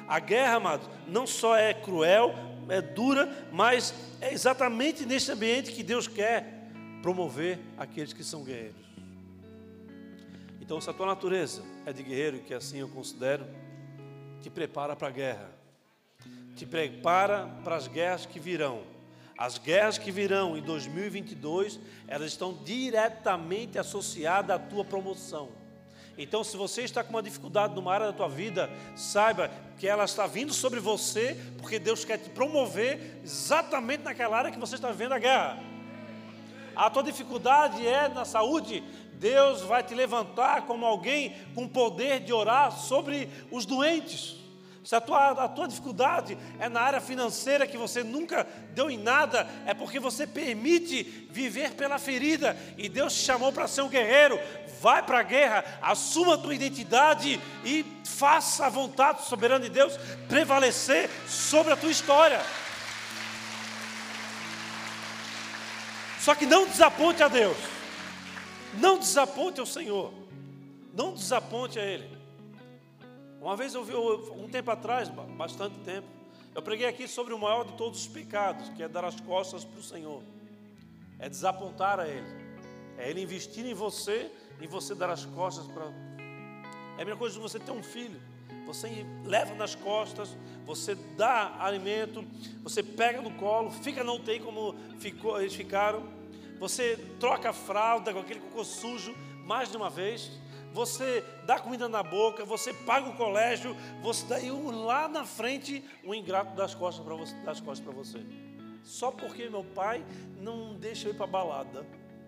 A guerra, amados, não só é cruel, é dura, mas é exatamente nesse ambiente que Deus quer promover aqueles que são guerreiros. Então, se a tua natureza é de guerreiro, que assim eu considero, te prepara para a guerra. Te prepara para as guerras que virão. As guerras que virão em dois mil e vinte e dois, elas estão diretamente associadas à tua promoção. Então, se você está com uma dificuldade numa área da tua vida, saiba que ela está vindo sobre você, porque Deus quer te promover exatamente naquela área que você está vivendo a guerra. A tua dificuldade é na saúde, Deus vai te levantar como alguém com poder de orar sobre os doentes. Se a tua, a tua dificuldade é na área financeira, que você nunca deu em nada, é porque você permite viver pela ferida, e Deus te chamou para ser um guerreiro. Vai para a guerra, assuma a tua identidade e faça a vontade soberana de Deus prevalecer sobre a tua história. Só que não desaponte a Deus, não desaponte ao Senhor, não desaponte a Ele. Uma vez eu vi, um tempo atrás, bastante tempo, eu preguei aqui sobre o maior de todos os pecados, que é dar as costas para o Senhor, é desapontar a Ele, é Ele investir em você e você dar as costas para... É a mesma coisa de você ter um filho, você leva nas costas, você dá alimento, você pega no colo, fica na U T I como ficou, eles ficaram, você troca a fralda com aquele cocô sujo mais de uma vez, você dá comida na boca, você paga o colégio, você daí lá na frente um ingrato das costas para você, das costas para você. Só porque meu pai não deixa eu ir para a balada.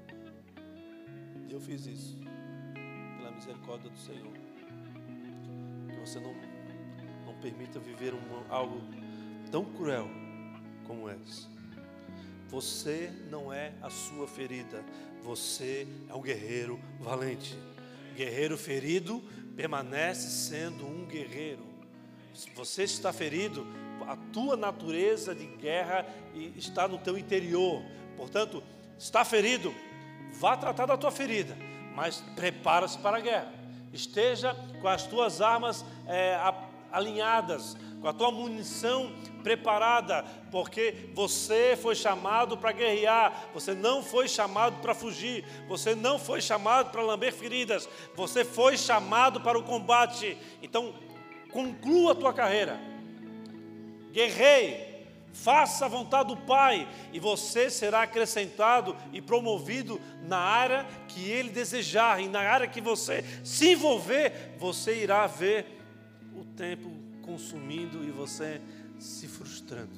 Eu fiz isso pela misericórdia do Senhor. Que você não, não permita viver um, algo tão cruel como esse. Você não é a sua ferida, você é um guerreiro valente. Guerreiro ferido permanece sendo um guerreiro. Se você está ferido, a tua natureza de guerra está no teu interior. Portanto, está ferido, vá tratar da tua ferida, mas prepara-se para a guerra. Esteja com as tuas armas é, alinhadas, com a tua munição preparada, porque você foi chamado para guerrear, você não foi chamado para fugir, você não foi chamado para lamber feridas, você foi chamado para o combate. Então, conclua a tua carreira, guerreie, faça a vontade do Pai, e você será acrescentado e promovido na área que Ele desejar, e na área que você se envolver, você irá ver o tempo consumindo e você se frustrando.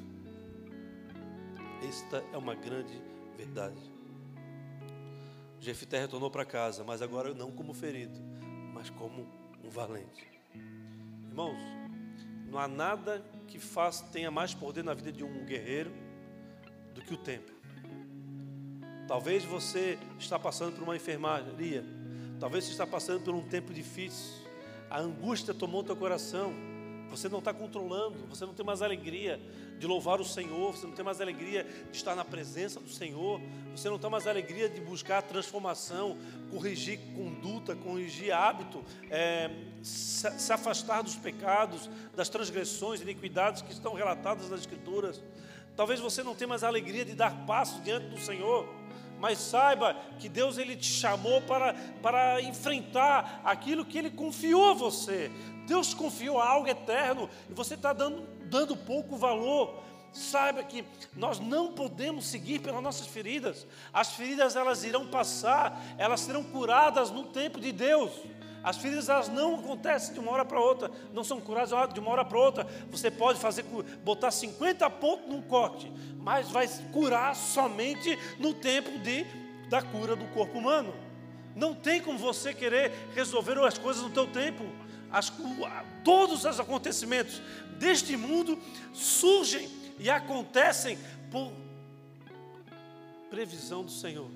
Esta é uma grande verdade. Jefté retornou para casa, mas agora não como ferido, mas como um valente. Irmãos, não há nada que faça, tenha mais poder na vida de um guerreiro do que o tempo. Talvez você está passando por uma enfermaria, talvez você está passando por um tempo difícil, a angústia tomou teu coração, você não está controlando, você não tem mais alegria de louvar o Senhor, você não tem mais alegria de estar na presença do Senhor, você não tem mais alegria de buscar transformação, corrigir conduta, corrigir hábito, é, se, se afastar dos pecados, das transgressões, iniquidades que estão relatadas nas Escrituras. Talvez você não tenha mais alegria de dar passo diante do Senhor, mas saiba que Deus Ele te chamou para, para enfrentar aquilo que Ele confiou a você. Deus confiou algo eterno e você está dando, dando pouco valor. Saiba que nós não podemos seguir pelas nossas feridas. As feridas elas irão passar, elas serão curadas no tempo de Deus. As feridas elas não acontecem de uma hora para outra, não são curadas de uma hora para outra. Você pode fazer, botar cinquenta pontos num corte, mas vai curar somente no tempo de, da cura do corpo humano. Não tem como você querer resolver as coisas no teu tempo. As, todos os acontecimentos deste mundo surgem e acontecem por previsão do Senhor.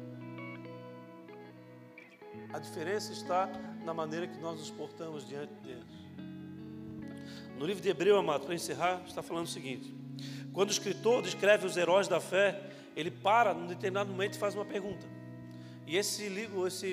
A diferença está na maneira que nós nos portamos diante deles. No livro de Hebreu, amado, para encerrar, está falando o seguinte: quando o escritor descreve os heróis da fé, ele para num determinado momento e faz uma pergunta. E esse livro, esse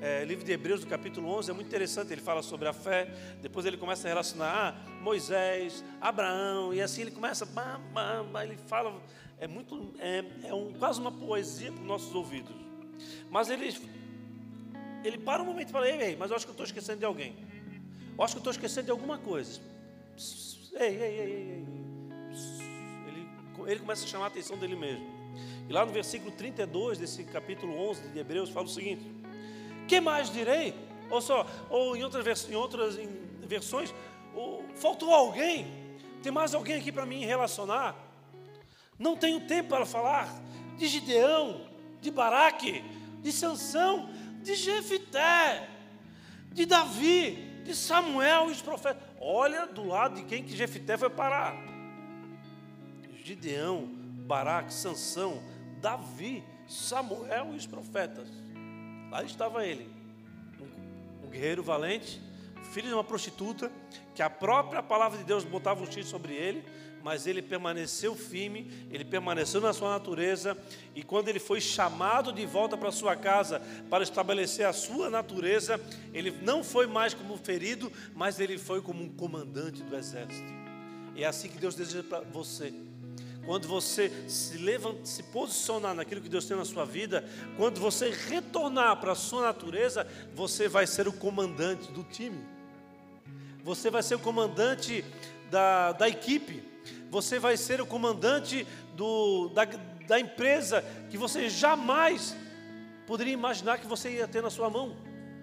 é, livro de Hebreus, do capítulo onze, é muito interessante. Ele fala sobre a fé, depois ele começa a relacionar ah, Moisés, Abraão, e assim ele começa, bah, bah, bah, ele fala, é, muito, é, é um, quase uma poesia para os nossos ouvidos. Mas ele, ele para um momento e fala, ei, ei, mas eu acho que eu estou esquecendo de alguém. Eu acho que eu estou esquecendo de alguma coisa. Ei, ei, ei, ei, ei. Ele, ele começa a chamar a atenção dele mesmo. E lá no versículo trinta e dois desse capítulo onze de Hebreus fala o seguinte: que mais direi? Ou só, ou em outras, vers, em outras em versões, ou, faltou alguém? Tem mais alguém aqui para mim relacionar? Não tenho tempo para falar de Gideão, de Baraque, de Sansão, de Jefité, de Davi, de Samuel e os profetas. Olha do lado de quem que Jefité foi parar. Gideão, Baraque, Sansão, Davi, Samuel e os profetas. Lá estava ele, um, um guerreiro valente, filho de uma prostituta, que a própria palavra de Deus botava um X sobre ele, mas ele permaneceu firme, ele permaneceu na sua natureza, e quando ele foi chamado de volta para sua casa, para estabelecer a sua natureza, ele não foi mais como ferido, mas ele foi como um comandante do exército. E é assim que Deus deseja para você. Quando você se levanta, se posicionar naquilo que Deus tem na sua vida, quando você retornar para a sua natureza, você vai ser o comandante do time. Você vai ser o comandante da, da equipe. Você vai ser o comandante do, da, da empresa que você jamais poderia imaginar que você ia ter na sua mão.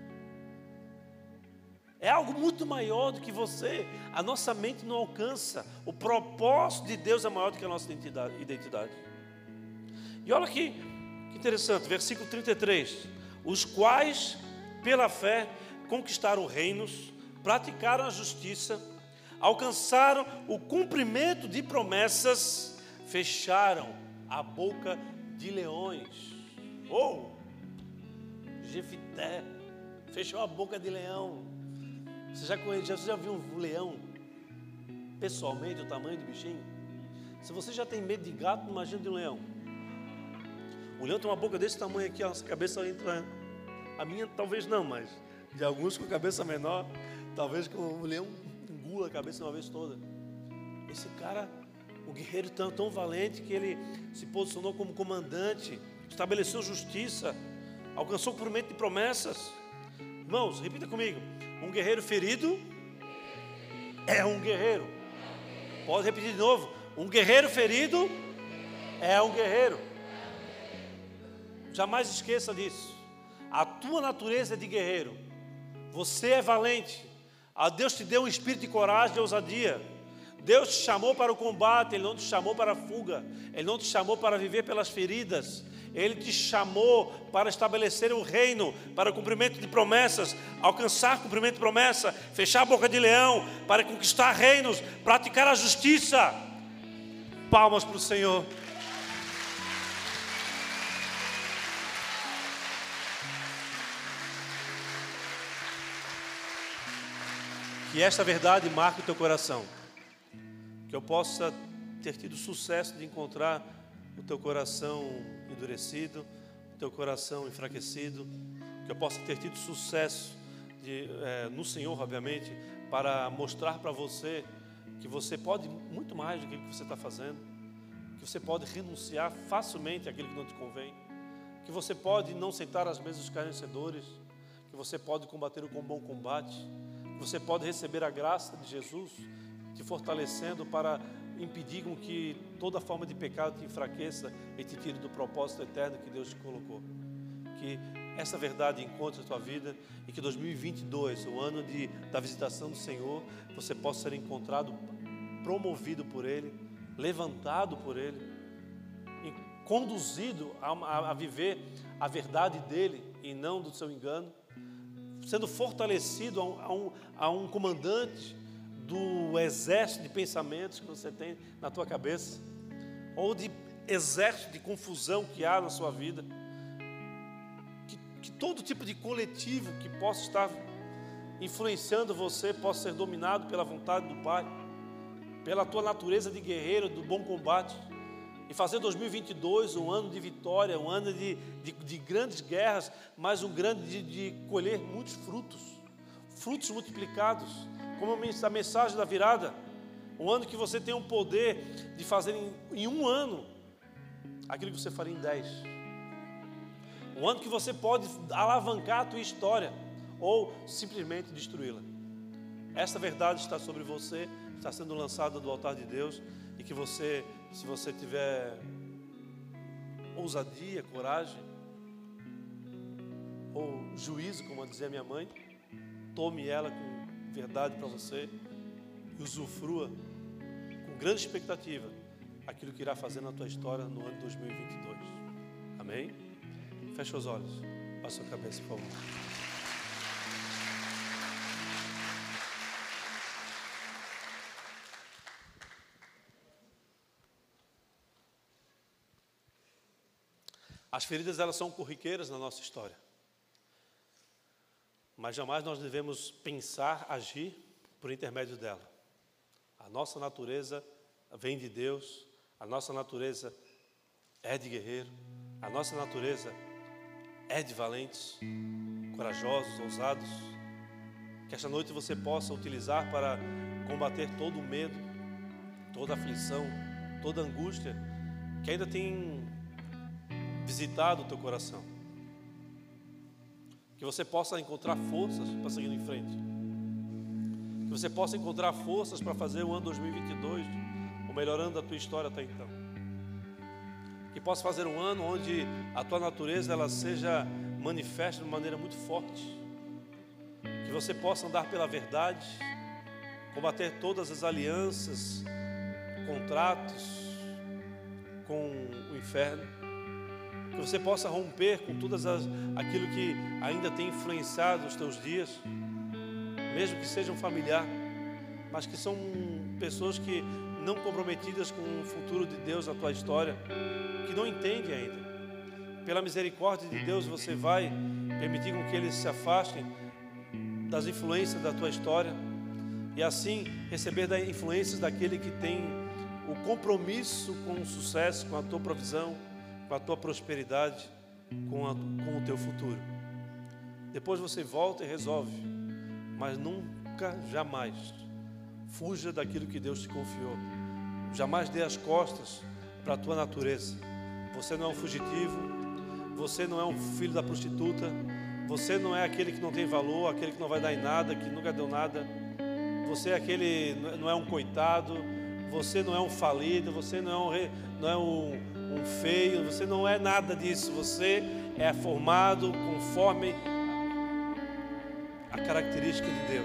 É algo muito maior do que você. A nossa mente não alcança. O propósito de Deus é maior do que a nossa identidade. E olha aqui, que interessante, versículo trinta e três. Os quais, pela fé, conquistaram reinos, praticaram a justiça, alcançaram o cumprimento de promessas, fecharam a boca de leões. Oh! Jefité fechou a boca de leão. Você já, conhece, você já viu um leão pessoalmente, o tamanho do bichinho? Se você já tem medo de gato, imagina de um leão. O leão tem uma boca desse tamanho aqui, a nossa cabeça entra. A minha talvez não, mas de alguns com a cabeça menor, talvez com o leão engula a cabeça uma vez toda. Esse cara, o guerreiro tão, tão valente que ele se posicionou como comandante, estabeleceu justiça, alcançou o cumprimento de promessas. Irmãos, repita comigo. Um guerreiro ferido é um guerreiro. Pode repetir de novo. Um guerreiro ferido é um guerreiro. Jamais esqueça disso. A tua natureza é de guerreiro. Você é valente. A Deus te deu um espírito de coragem, de ousadia. Deus te chamou para o combate, Ele não te chamou para a fuga. Ele não te chamou para viver pelas feridas. Ele te chamou para estabelecer o reino, para o cumprimento de promessas, alcançar cumprimento de promessa, fechar a boca de leão, para conquistar reinos, praticar a justiça. Palmas para o Senhor. Que esta verdade marque o teu coração. Que eu possa ter tido sucesso de encontrar o teu coração endurecido, o teu coração enfraquecido. Que eu possa ter tido sucesso de, é, no Senhor, obviamente, para mostrar para você que você pode muito mais do que você está fazendo. Que você pode renunciar facilmente àquilo que não te convém. Que você pode não sentar às mesas dos carnecedores. Que você pode combater o bom combate. Que você pode receber a graça de Jesus te fortalecendo para impedir com que toda forma de pecado te enfraqueça e te tire do propósito eterno que Deus te colocou. Que essa verdade encontre a tua vida e que dois mil e vinte e dois, o ano de, da visitação do Senhor, você possa ser encontrado, promovido por Ele, levantado por Ele, e conduzido a, a, a viver a verdade dEle e não do seu engano, sendo fortalecido a um, a um, a um comandante do exército de pensamentos que você tem na tua cabeça, ou de exército de confusão que há na sua vida, que, que todo tipo de coletivo que possa estar influenciando você possa ser dominado pela vontade do Pai, pela tua natureza de guerreiro, do bom combate, e fazer dois mil e vinte e dois um ano de vitória, um ano de, de, de grandes guerras, mas um grande de, de colher muitos frutos, frutos multiplicados, como a mensagem da virada. Um ano que você tem o poder de fazer em, em um ano aquilo que você faria em dez. Um ano que você pode alavancar a tua história ou simplesmente destruí-la. Essa verdade está sobre você, está sendo lançada do altar de Deus, e que você, se você tiver ousadia, coragem ou juízo, como dizia minha mãe, tome ela com verdade para você e usufrua com grande expectativa aquilo que irá fazer na tua história no ano de dois mil e vinte e dois. Amém? Feche os olhos, baixa a sua cabeça, por favor. As feridas, elas são corriqueiras na nossa história, mas jamais nós devemos pensar, agir por intermédio dela. A nossa natureza vem de Deus, a nossa natureza é de guerreiro, a nossa natureza é de valentes, corajosos, ousados. Que esta noite você possa utilizar para combater todo o medo, toda a aflição, toda a angústia que ainda tem visitado o teu coração. Que você possa encontrar forças para seguir em frente. Que você possa encontrar forças para fazer o ano dois mil e vinte e dois o melhor ano da tua história até então. Que possa fazer um ano onde a tua natureza ela seja manifesta de maneira muito forte. Que você possa andar pela verdade, combater todas as alianças, contratos com o inferno. Que você possa romper com todas as, aquilo que ainda tem influenciado os teus dias, mesmo que sejam familiar, mas que são pessoas que não comprometidas com o futuro de Deus na tua história, que não entendem ainda. Pela misericórdia de Deus, você vai permitir com que eles se afastem das influências da tua história e assim receber das influências daquele que tem o compromisso com o sucesso, com a tua provisão, com a tua prosperidade, com, a, com o teu futuro. Depois você volta e resolve, mas nunca, jamais fuja daquilo que Deus te confiou. Jamais dê as costas para a tua natureza. Você não é um fugitivo, você não é um filho da prostituta, você não é aquele que não tem valor, aquele que não vai dar em nada, que nunca deu nada. Você é aquele, não é um coitado, você não é um falido, você não é um, não é um, um feio, você não é nada disso. Você é formado conforme a característica de Deus.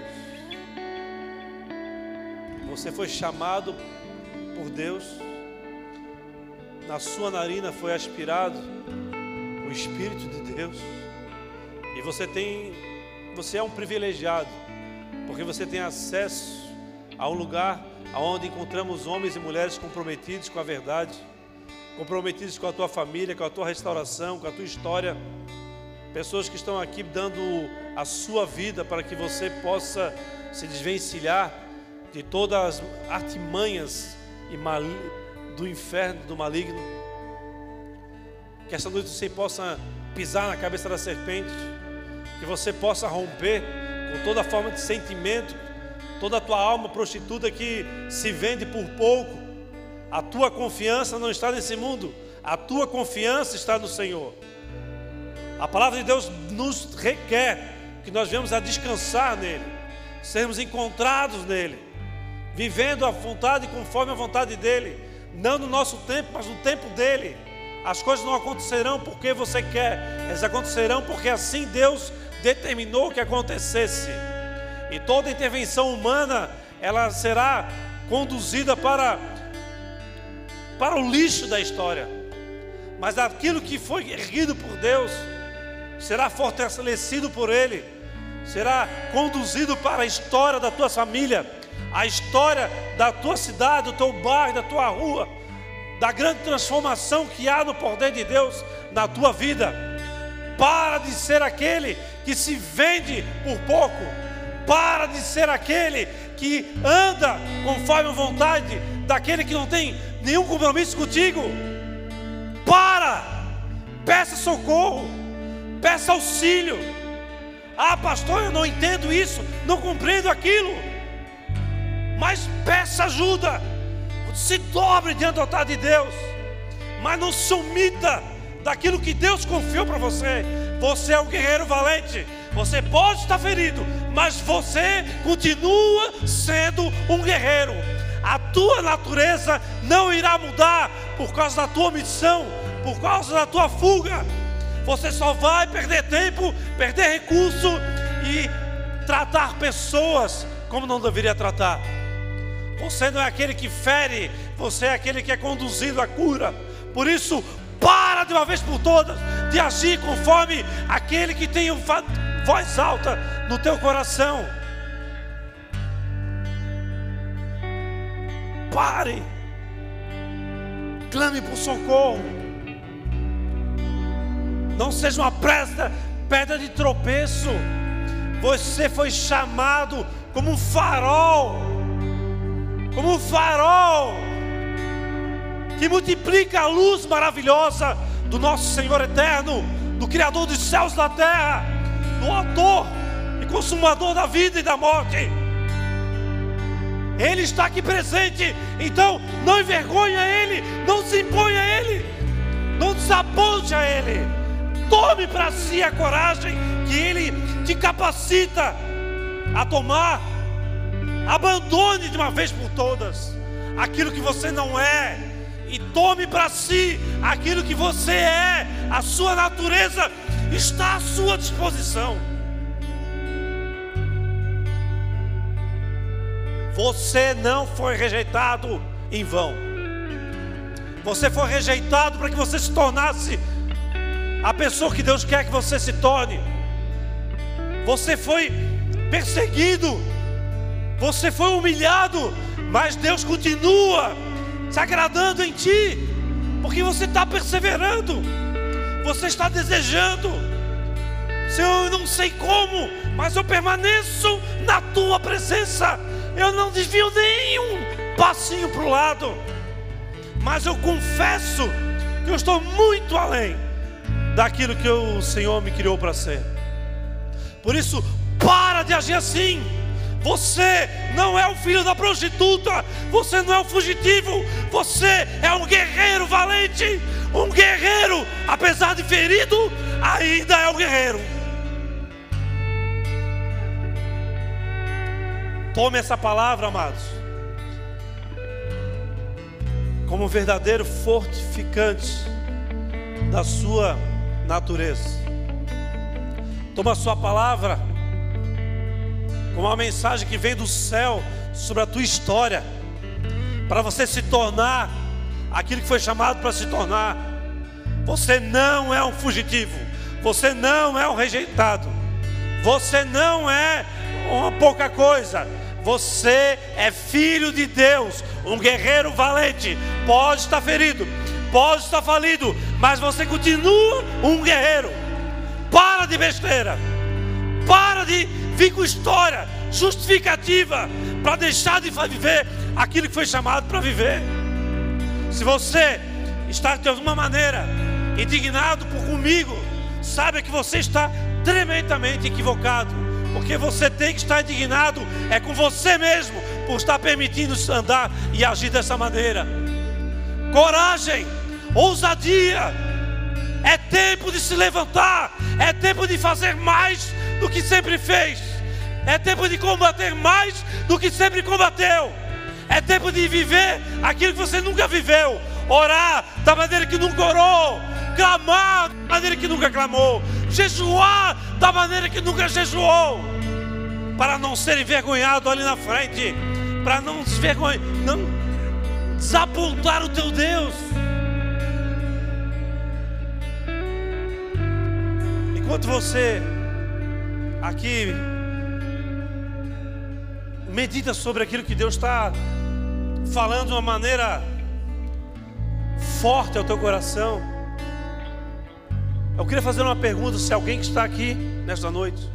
Você foi chamado por Deus, na sua narina foi aspirado o Espírito de Deus, e você tem, você é um privilegiado, porque você tem acesso a um lugar onde encontramos homens e mulheres comprometidos com a verdade, comprometidos com a tua família, com a tua restauração, com a tua história, pessoas que estão aqui dando a sua vida para que você possa se desvencilhar de todas as artimanhas e mal... do inferno, do maligno. Que essa noite você possa pisar na cabeça da serpente, que você possa romper com toda forma de sentimento, toda a tua alma prostituta que se vende por pouco. A tua confiança não está nesse mundo, a tua confiança está no Senhor. A palavra de Deus nos requer que nós venhamos a descansar nele, sermos encontrados nele, vivendo a vontade conforme a vontade dele, não no nosso tempo, mas no tempo dele. As coisas não acontecerão porque você quer, elas acontecerão porque assim Deus determinou que acontecesse. E toda intervenção humana, ela será conduzida para, para o lixo da história. Mas aquilo que foi erguido por Deus será fortalecido por Ele, será conduzido para a história da tua família, a história da tua cidade, do teu bairro, da tua rua, da grande transformação que há no poder de Deus na tua vida. Para de ser aquele que se vende por pouco, para de ser aquele que anda conforme a vontade daquele que não tem nenhum compromisso contigo. para, peça socorro, peça auxílio. Ah, pastor, eu não entendo isso, não compreendo aquilo. Mas peça ajuda, se dobre diante do altar de Deus, mas não se omita daquilo que Deus confiou para você. Você é um guerreiro valente. Você pode estar ferido, mas você continua sendo um guerreiro. A tua natureza não irá mudar por causa da tua omissão, por causa da tua fuga. Você só vai perder tempo, perder recurso e tratar pessoas como não deveria tratar. Você não é aquele que fere, você é aquele que é conduzido à cura. Por isso, para de uma vez por todas de agir conforme aquele que tem voz alta no teu coração. Pare, clame por socorro. Não seja uma pedra, pedra de tropeço. Você foi chamado como um farol, como um farol que multiplica a luz maravilhosa do nosso Senhor eterno, do Criador dos céus e da terra, do autor e consumador da vida e da morte. Ele está aqui presente, então não envergonhe a Ele, não se imponha a Ele, não desaponte a Ele. Tome para si a coragem que Ele te capacita a tomar. Abandone de uma vez por todas aquilo que você não é e tome para si aquilo que você é. A sua natureza está à sua disposição. Você não foi rejeitado em vão. Você foi rejeitado para que você se tornasse a pessoa que Deus quer que você se torne. Você foi perseguido, você foi humilhado, mas Deus continua se agradando em ti, porque você está perseverando, você está desejando. Senhor, eu não sei como, mas eu permaneço na tua presença. Eu não desvio nenhum passinho para o lado, mas eu confesso que eu estou muito além daquilo que o Senhor me criou para ser. Por isso, para de agir assim. Você não é o filho da prostituta, você não é um fugitivo, você é um guerreiro valente. Um guerreiro, apesar de ferido, ainda é um guerreiro. Tome essa palavra, amados, como um verdadeiro fortificante da sua natureza. Toma a sua palavra como uma mensagem que vem do céu sobre a tua história, para você se tornar aquilo que foi chamado para se tornar. Você não é um fugitivo, você não é um rejeitado, você não é uma pouca coisa. Você é filho de Deus, um guerreiro valente. Pode estar ferido, pode estar falido, mas você continua um guerreiro. Para de besteira, para de vir com história justificativa para deixar de viver aquilo que foi chamado para viver. Se você está de alguma maneira indignado por comigo, saiba que você está tremendamente equivocado. Porque você tem que estar indignado é com você mesmo, por estar permitindo andar e agir dessa maneira. Coragem, ousadia. É tempo de se levantar, é tempo de fazer mais do que sempre fez, é tempo de combater mais do que sempre combateu, é tempo de viver aquilo que você nunca viveu, orar da maneira que nunca orou, clamar da maneira que nunca clamou, jejuar da maneira que nunca jejuou, para não ser envergonhado ali na frente, para não desvergonhar, não desapontar o teu Deus. Enquanto você aqui medita sobre aquilo que Deus está falando de uma maneira forte ao teu coração, eu queria fazer uma pergunta. Se alguém que está aqui nesta noite,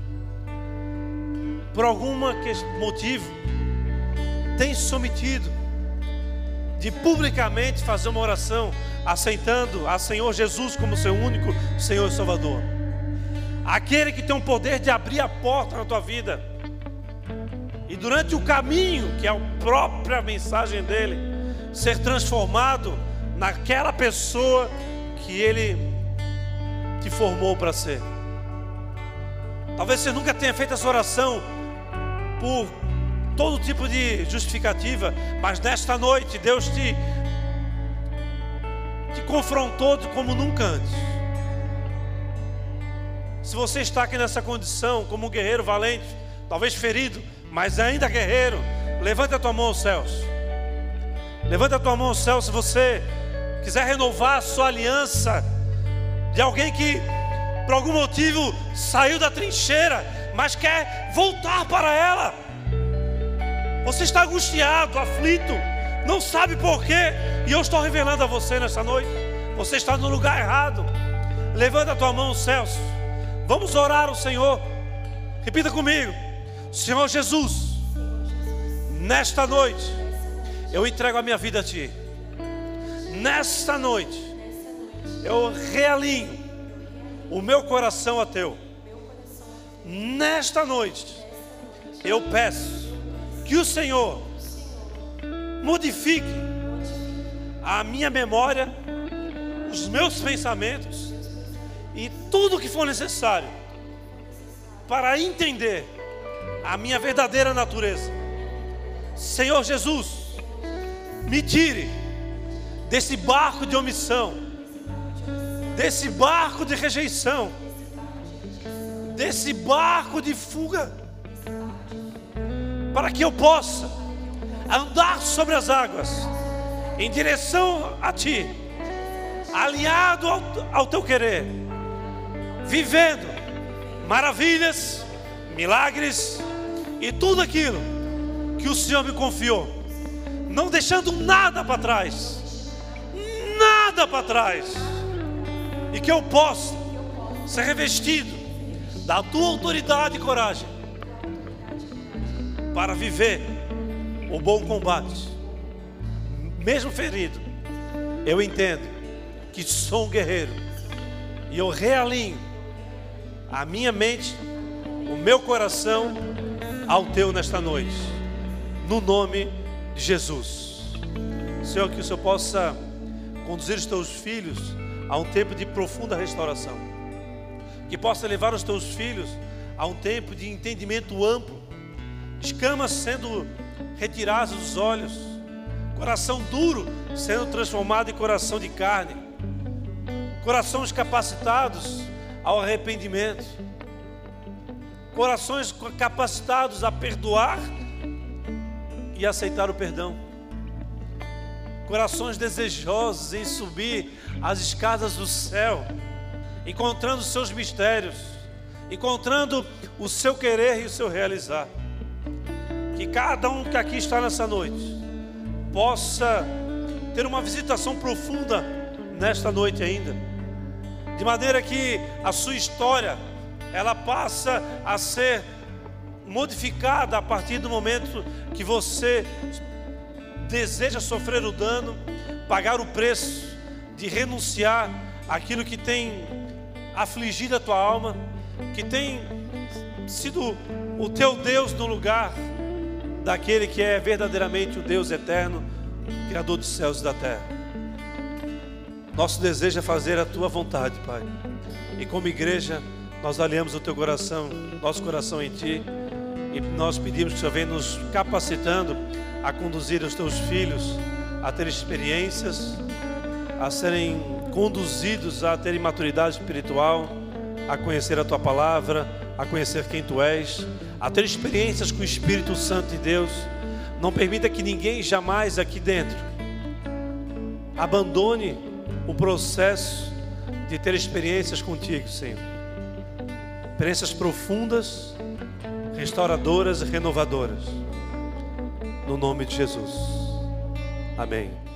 por algum motivo, tem se omitido de publicamente fazer uma oração aceitando a Senhor Jesus como seu único Senhor e Salvador. Aquele que tem o poder de abrir a porta na tua vida. E durante o caminho, que é a própria mensagem dele, ser transformado naquela pessoa que ele te formou para ser. Talvez você nunca tenha feito essa oração por todo tipo de justificativa, mas nesta noite Deus te, te confrontou como nunca antes. Se você está aqui nessa condição, como um guerreiro valente, talvez ferido, mas ainda guerreiro, levanta a tua mão aos céus. Levanta a tua mão aos céus se você quiser renovar a sua aliança de alguém que por algum motivo saiu da trincheira, mas quer voltar para ela. Você está angustiado, aflito, não sabe porquê, e eu estou revelando a você nessa noite. Você está no lugar errado. Levanta a tua mão aos céus. Vamos orar ao Senhor. Repita comigo: Senhor Jesus, nesta noite eu entrego a minha vida a Ti. Nesta noite eu realinho o meu coração a Teu. Nesta noite eu peço que o Senhor modifique a minha memória, os meus pensamentos e tudo o que for necessário para entender a minha verdadeira natureza. Senhor Jesus, me tire desse barco de omissão, desse barco de rejeição, desse barco de fuga, para que eu possa andar sobre as águas em direção a Ti, alinhado ao, ao Teu querer, vivendo maravilhas, milagres e tudo aquilo que o Senhor me confiou, não deixando nada para trás, nada para trás, e que eu possa ser revestido da Tua autoridade e coragem para viver o bom combate. Mesmo ferido, eu entendo que sou um guerreiro e eu realinho a minha mente, o meu coração ao Teu nesta noite, no nome de Jesus. Senhor, que o Senhor possa conduzir os Teus filhos a um tempo de profunda restauração, que possa levar os Teus filhos a um tempo de entendimento amplo, escamas sendo retiradas dos olhos, coração duro sendo transformado em coração de carne, corações capacitados ao arrependimento, corações capacitados a perdoar e aceitar o perdão, corações desejosos em subir as escadas do céu, encontrando os seus mistérios, encontrando o seu querer e o seu realizar. Que cada um que aqui está nessa noite possa ter uma visitação profunda nesta noite ainda, de maneira que a sua história ela passa a ser modificada a partir do momento que você deseja sofrer o dano, pagar o preço de renunciar àquilo que tem afligido a tua alma, que tem sido o teu Deus no lugar daquele que é verdadeiramente o Deus eterno, Criador dos céus e da terra. Nosso desejo é fazer a Tua vontade, Pai. E como igreja, nós alinhamos o Teu coração, nosso coração em Ti. E nós pedimos que o Senhor venha nos capacitando a conduzir os Teus filhos a ter experiências, a serem conduzidos a terem maturidade espiritual, a conhecer a Tua palavra, a conhecer quem Tu és, a ter experiências com o Espírito Santo de Deus. Não permita que ninguém jamais aqui dentro abandone o processo de ter experiências contigo, Senhor. Experiências profundas, restauradoras e renovadoras. No nome de Jesus. Amém.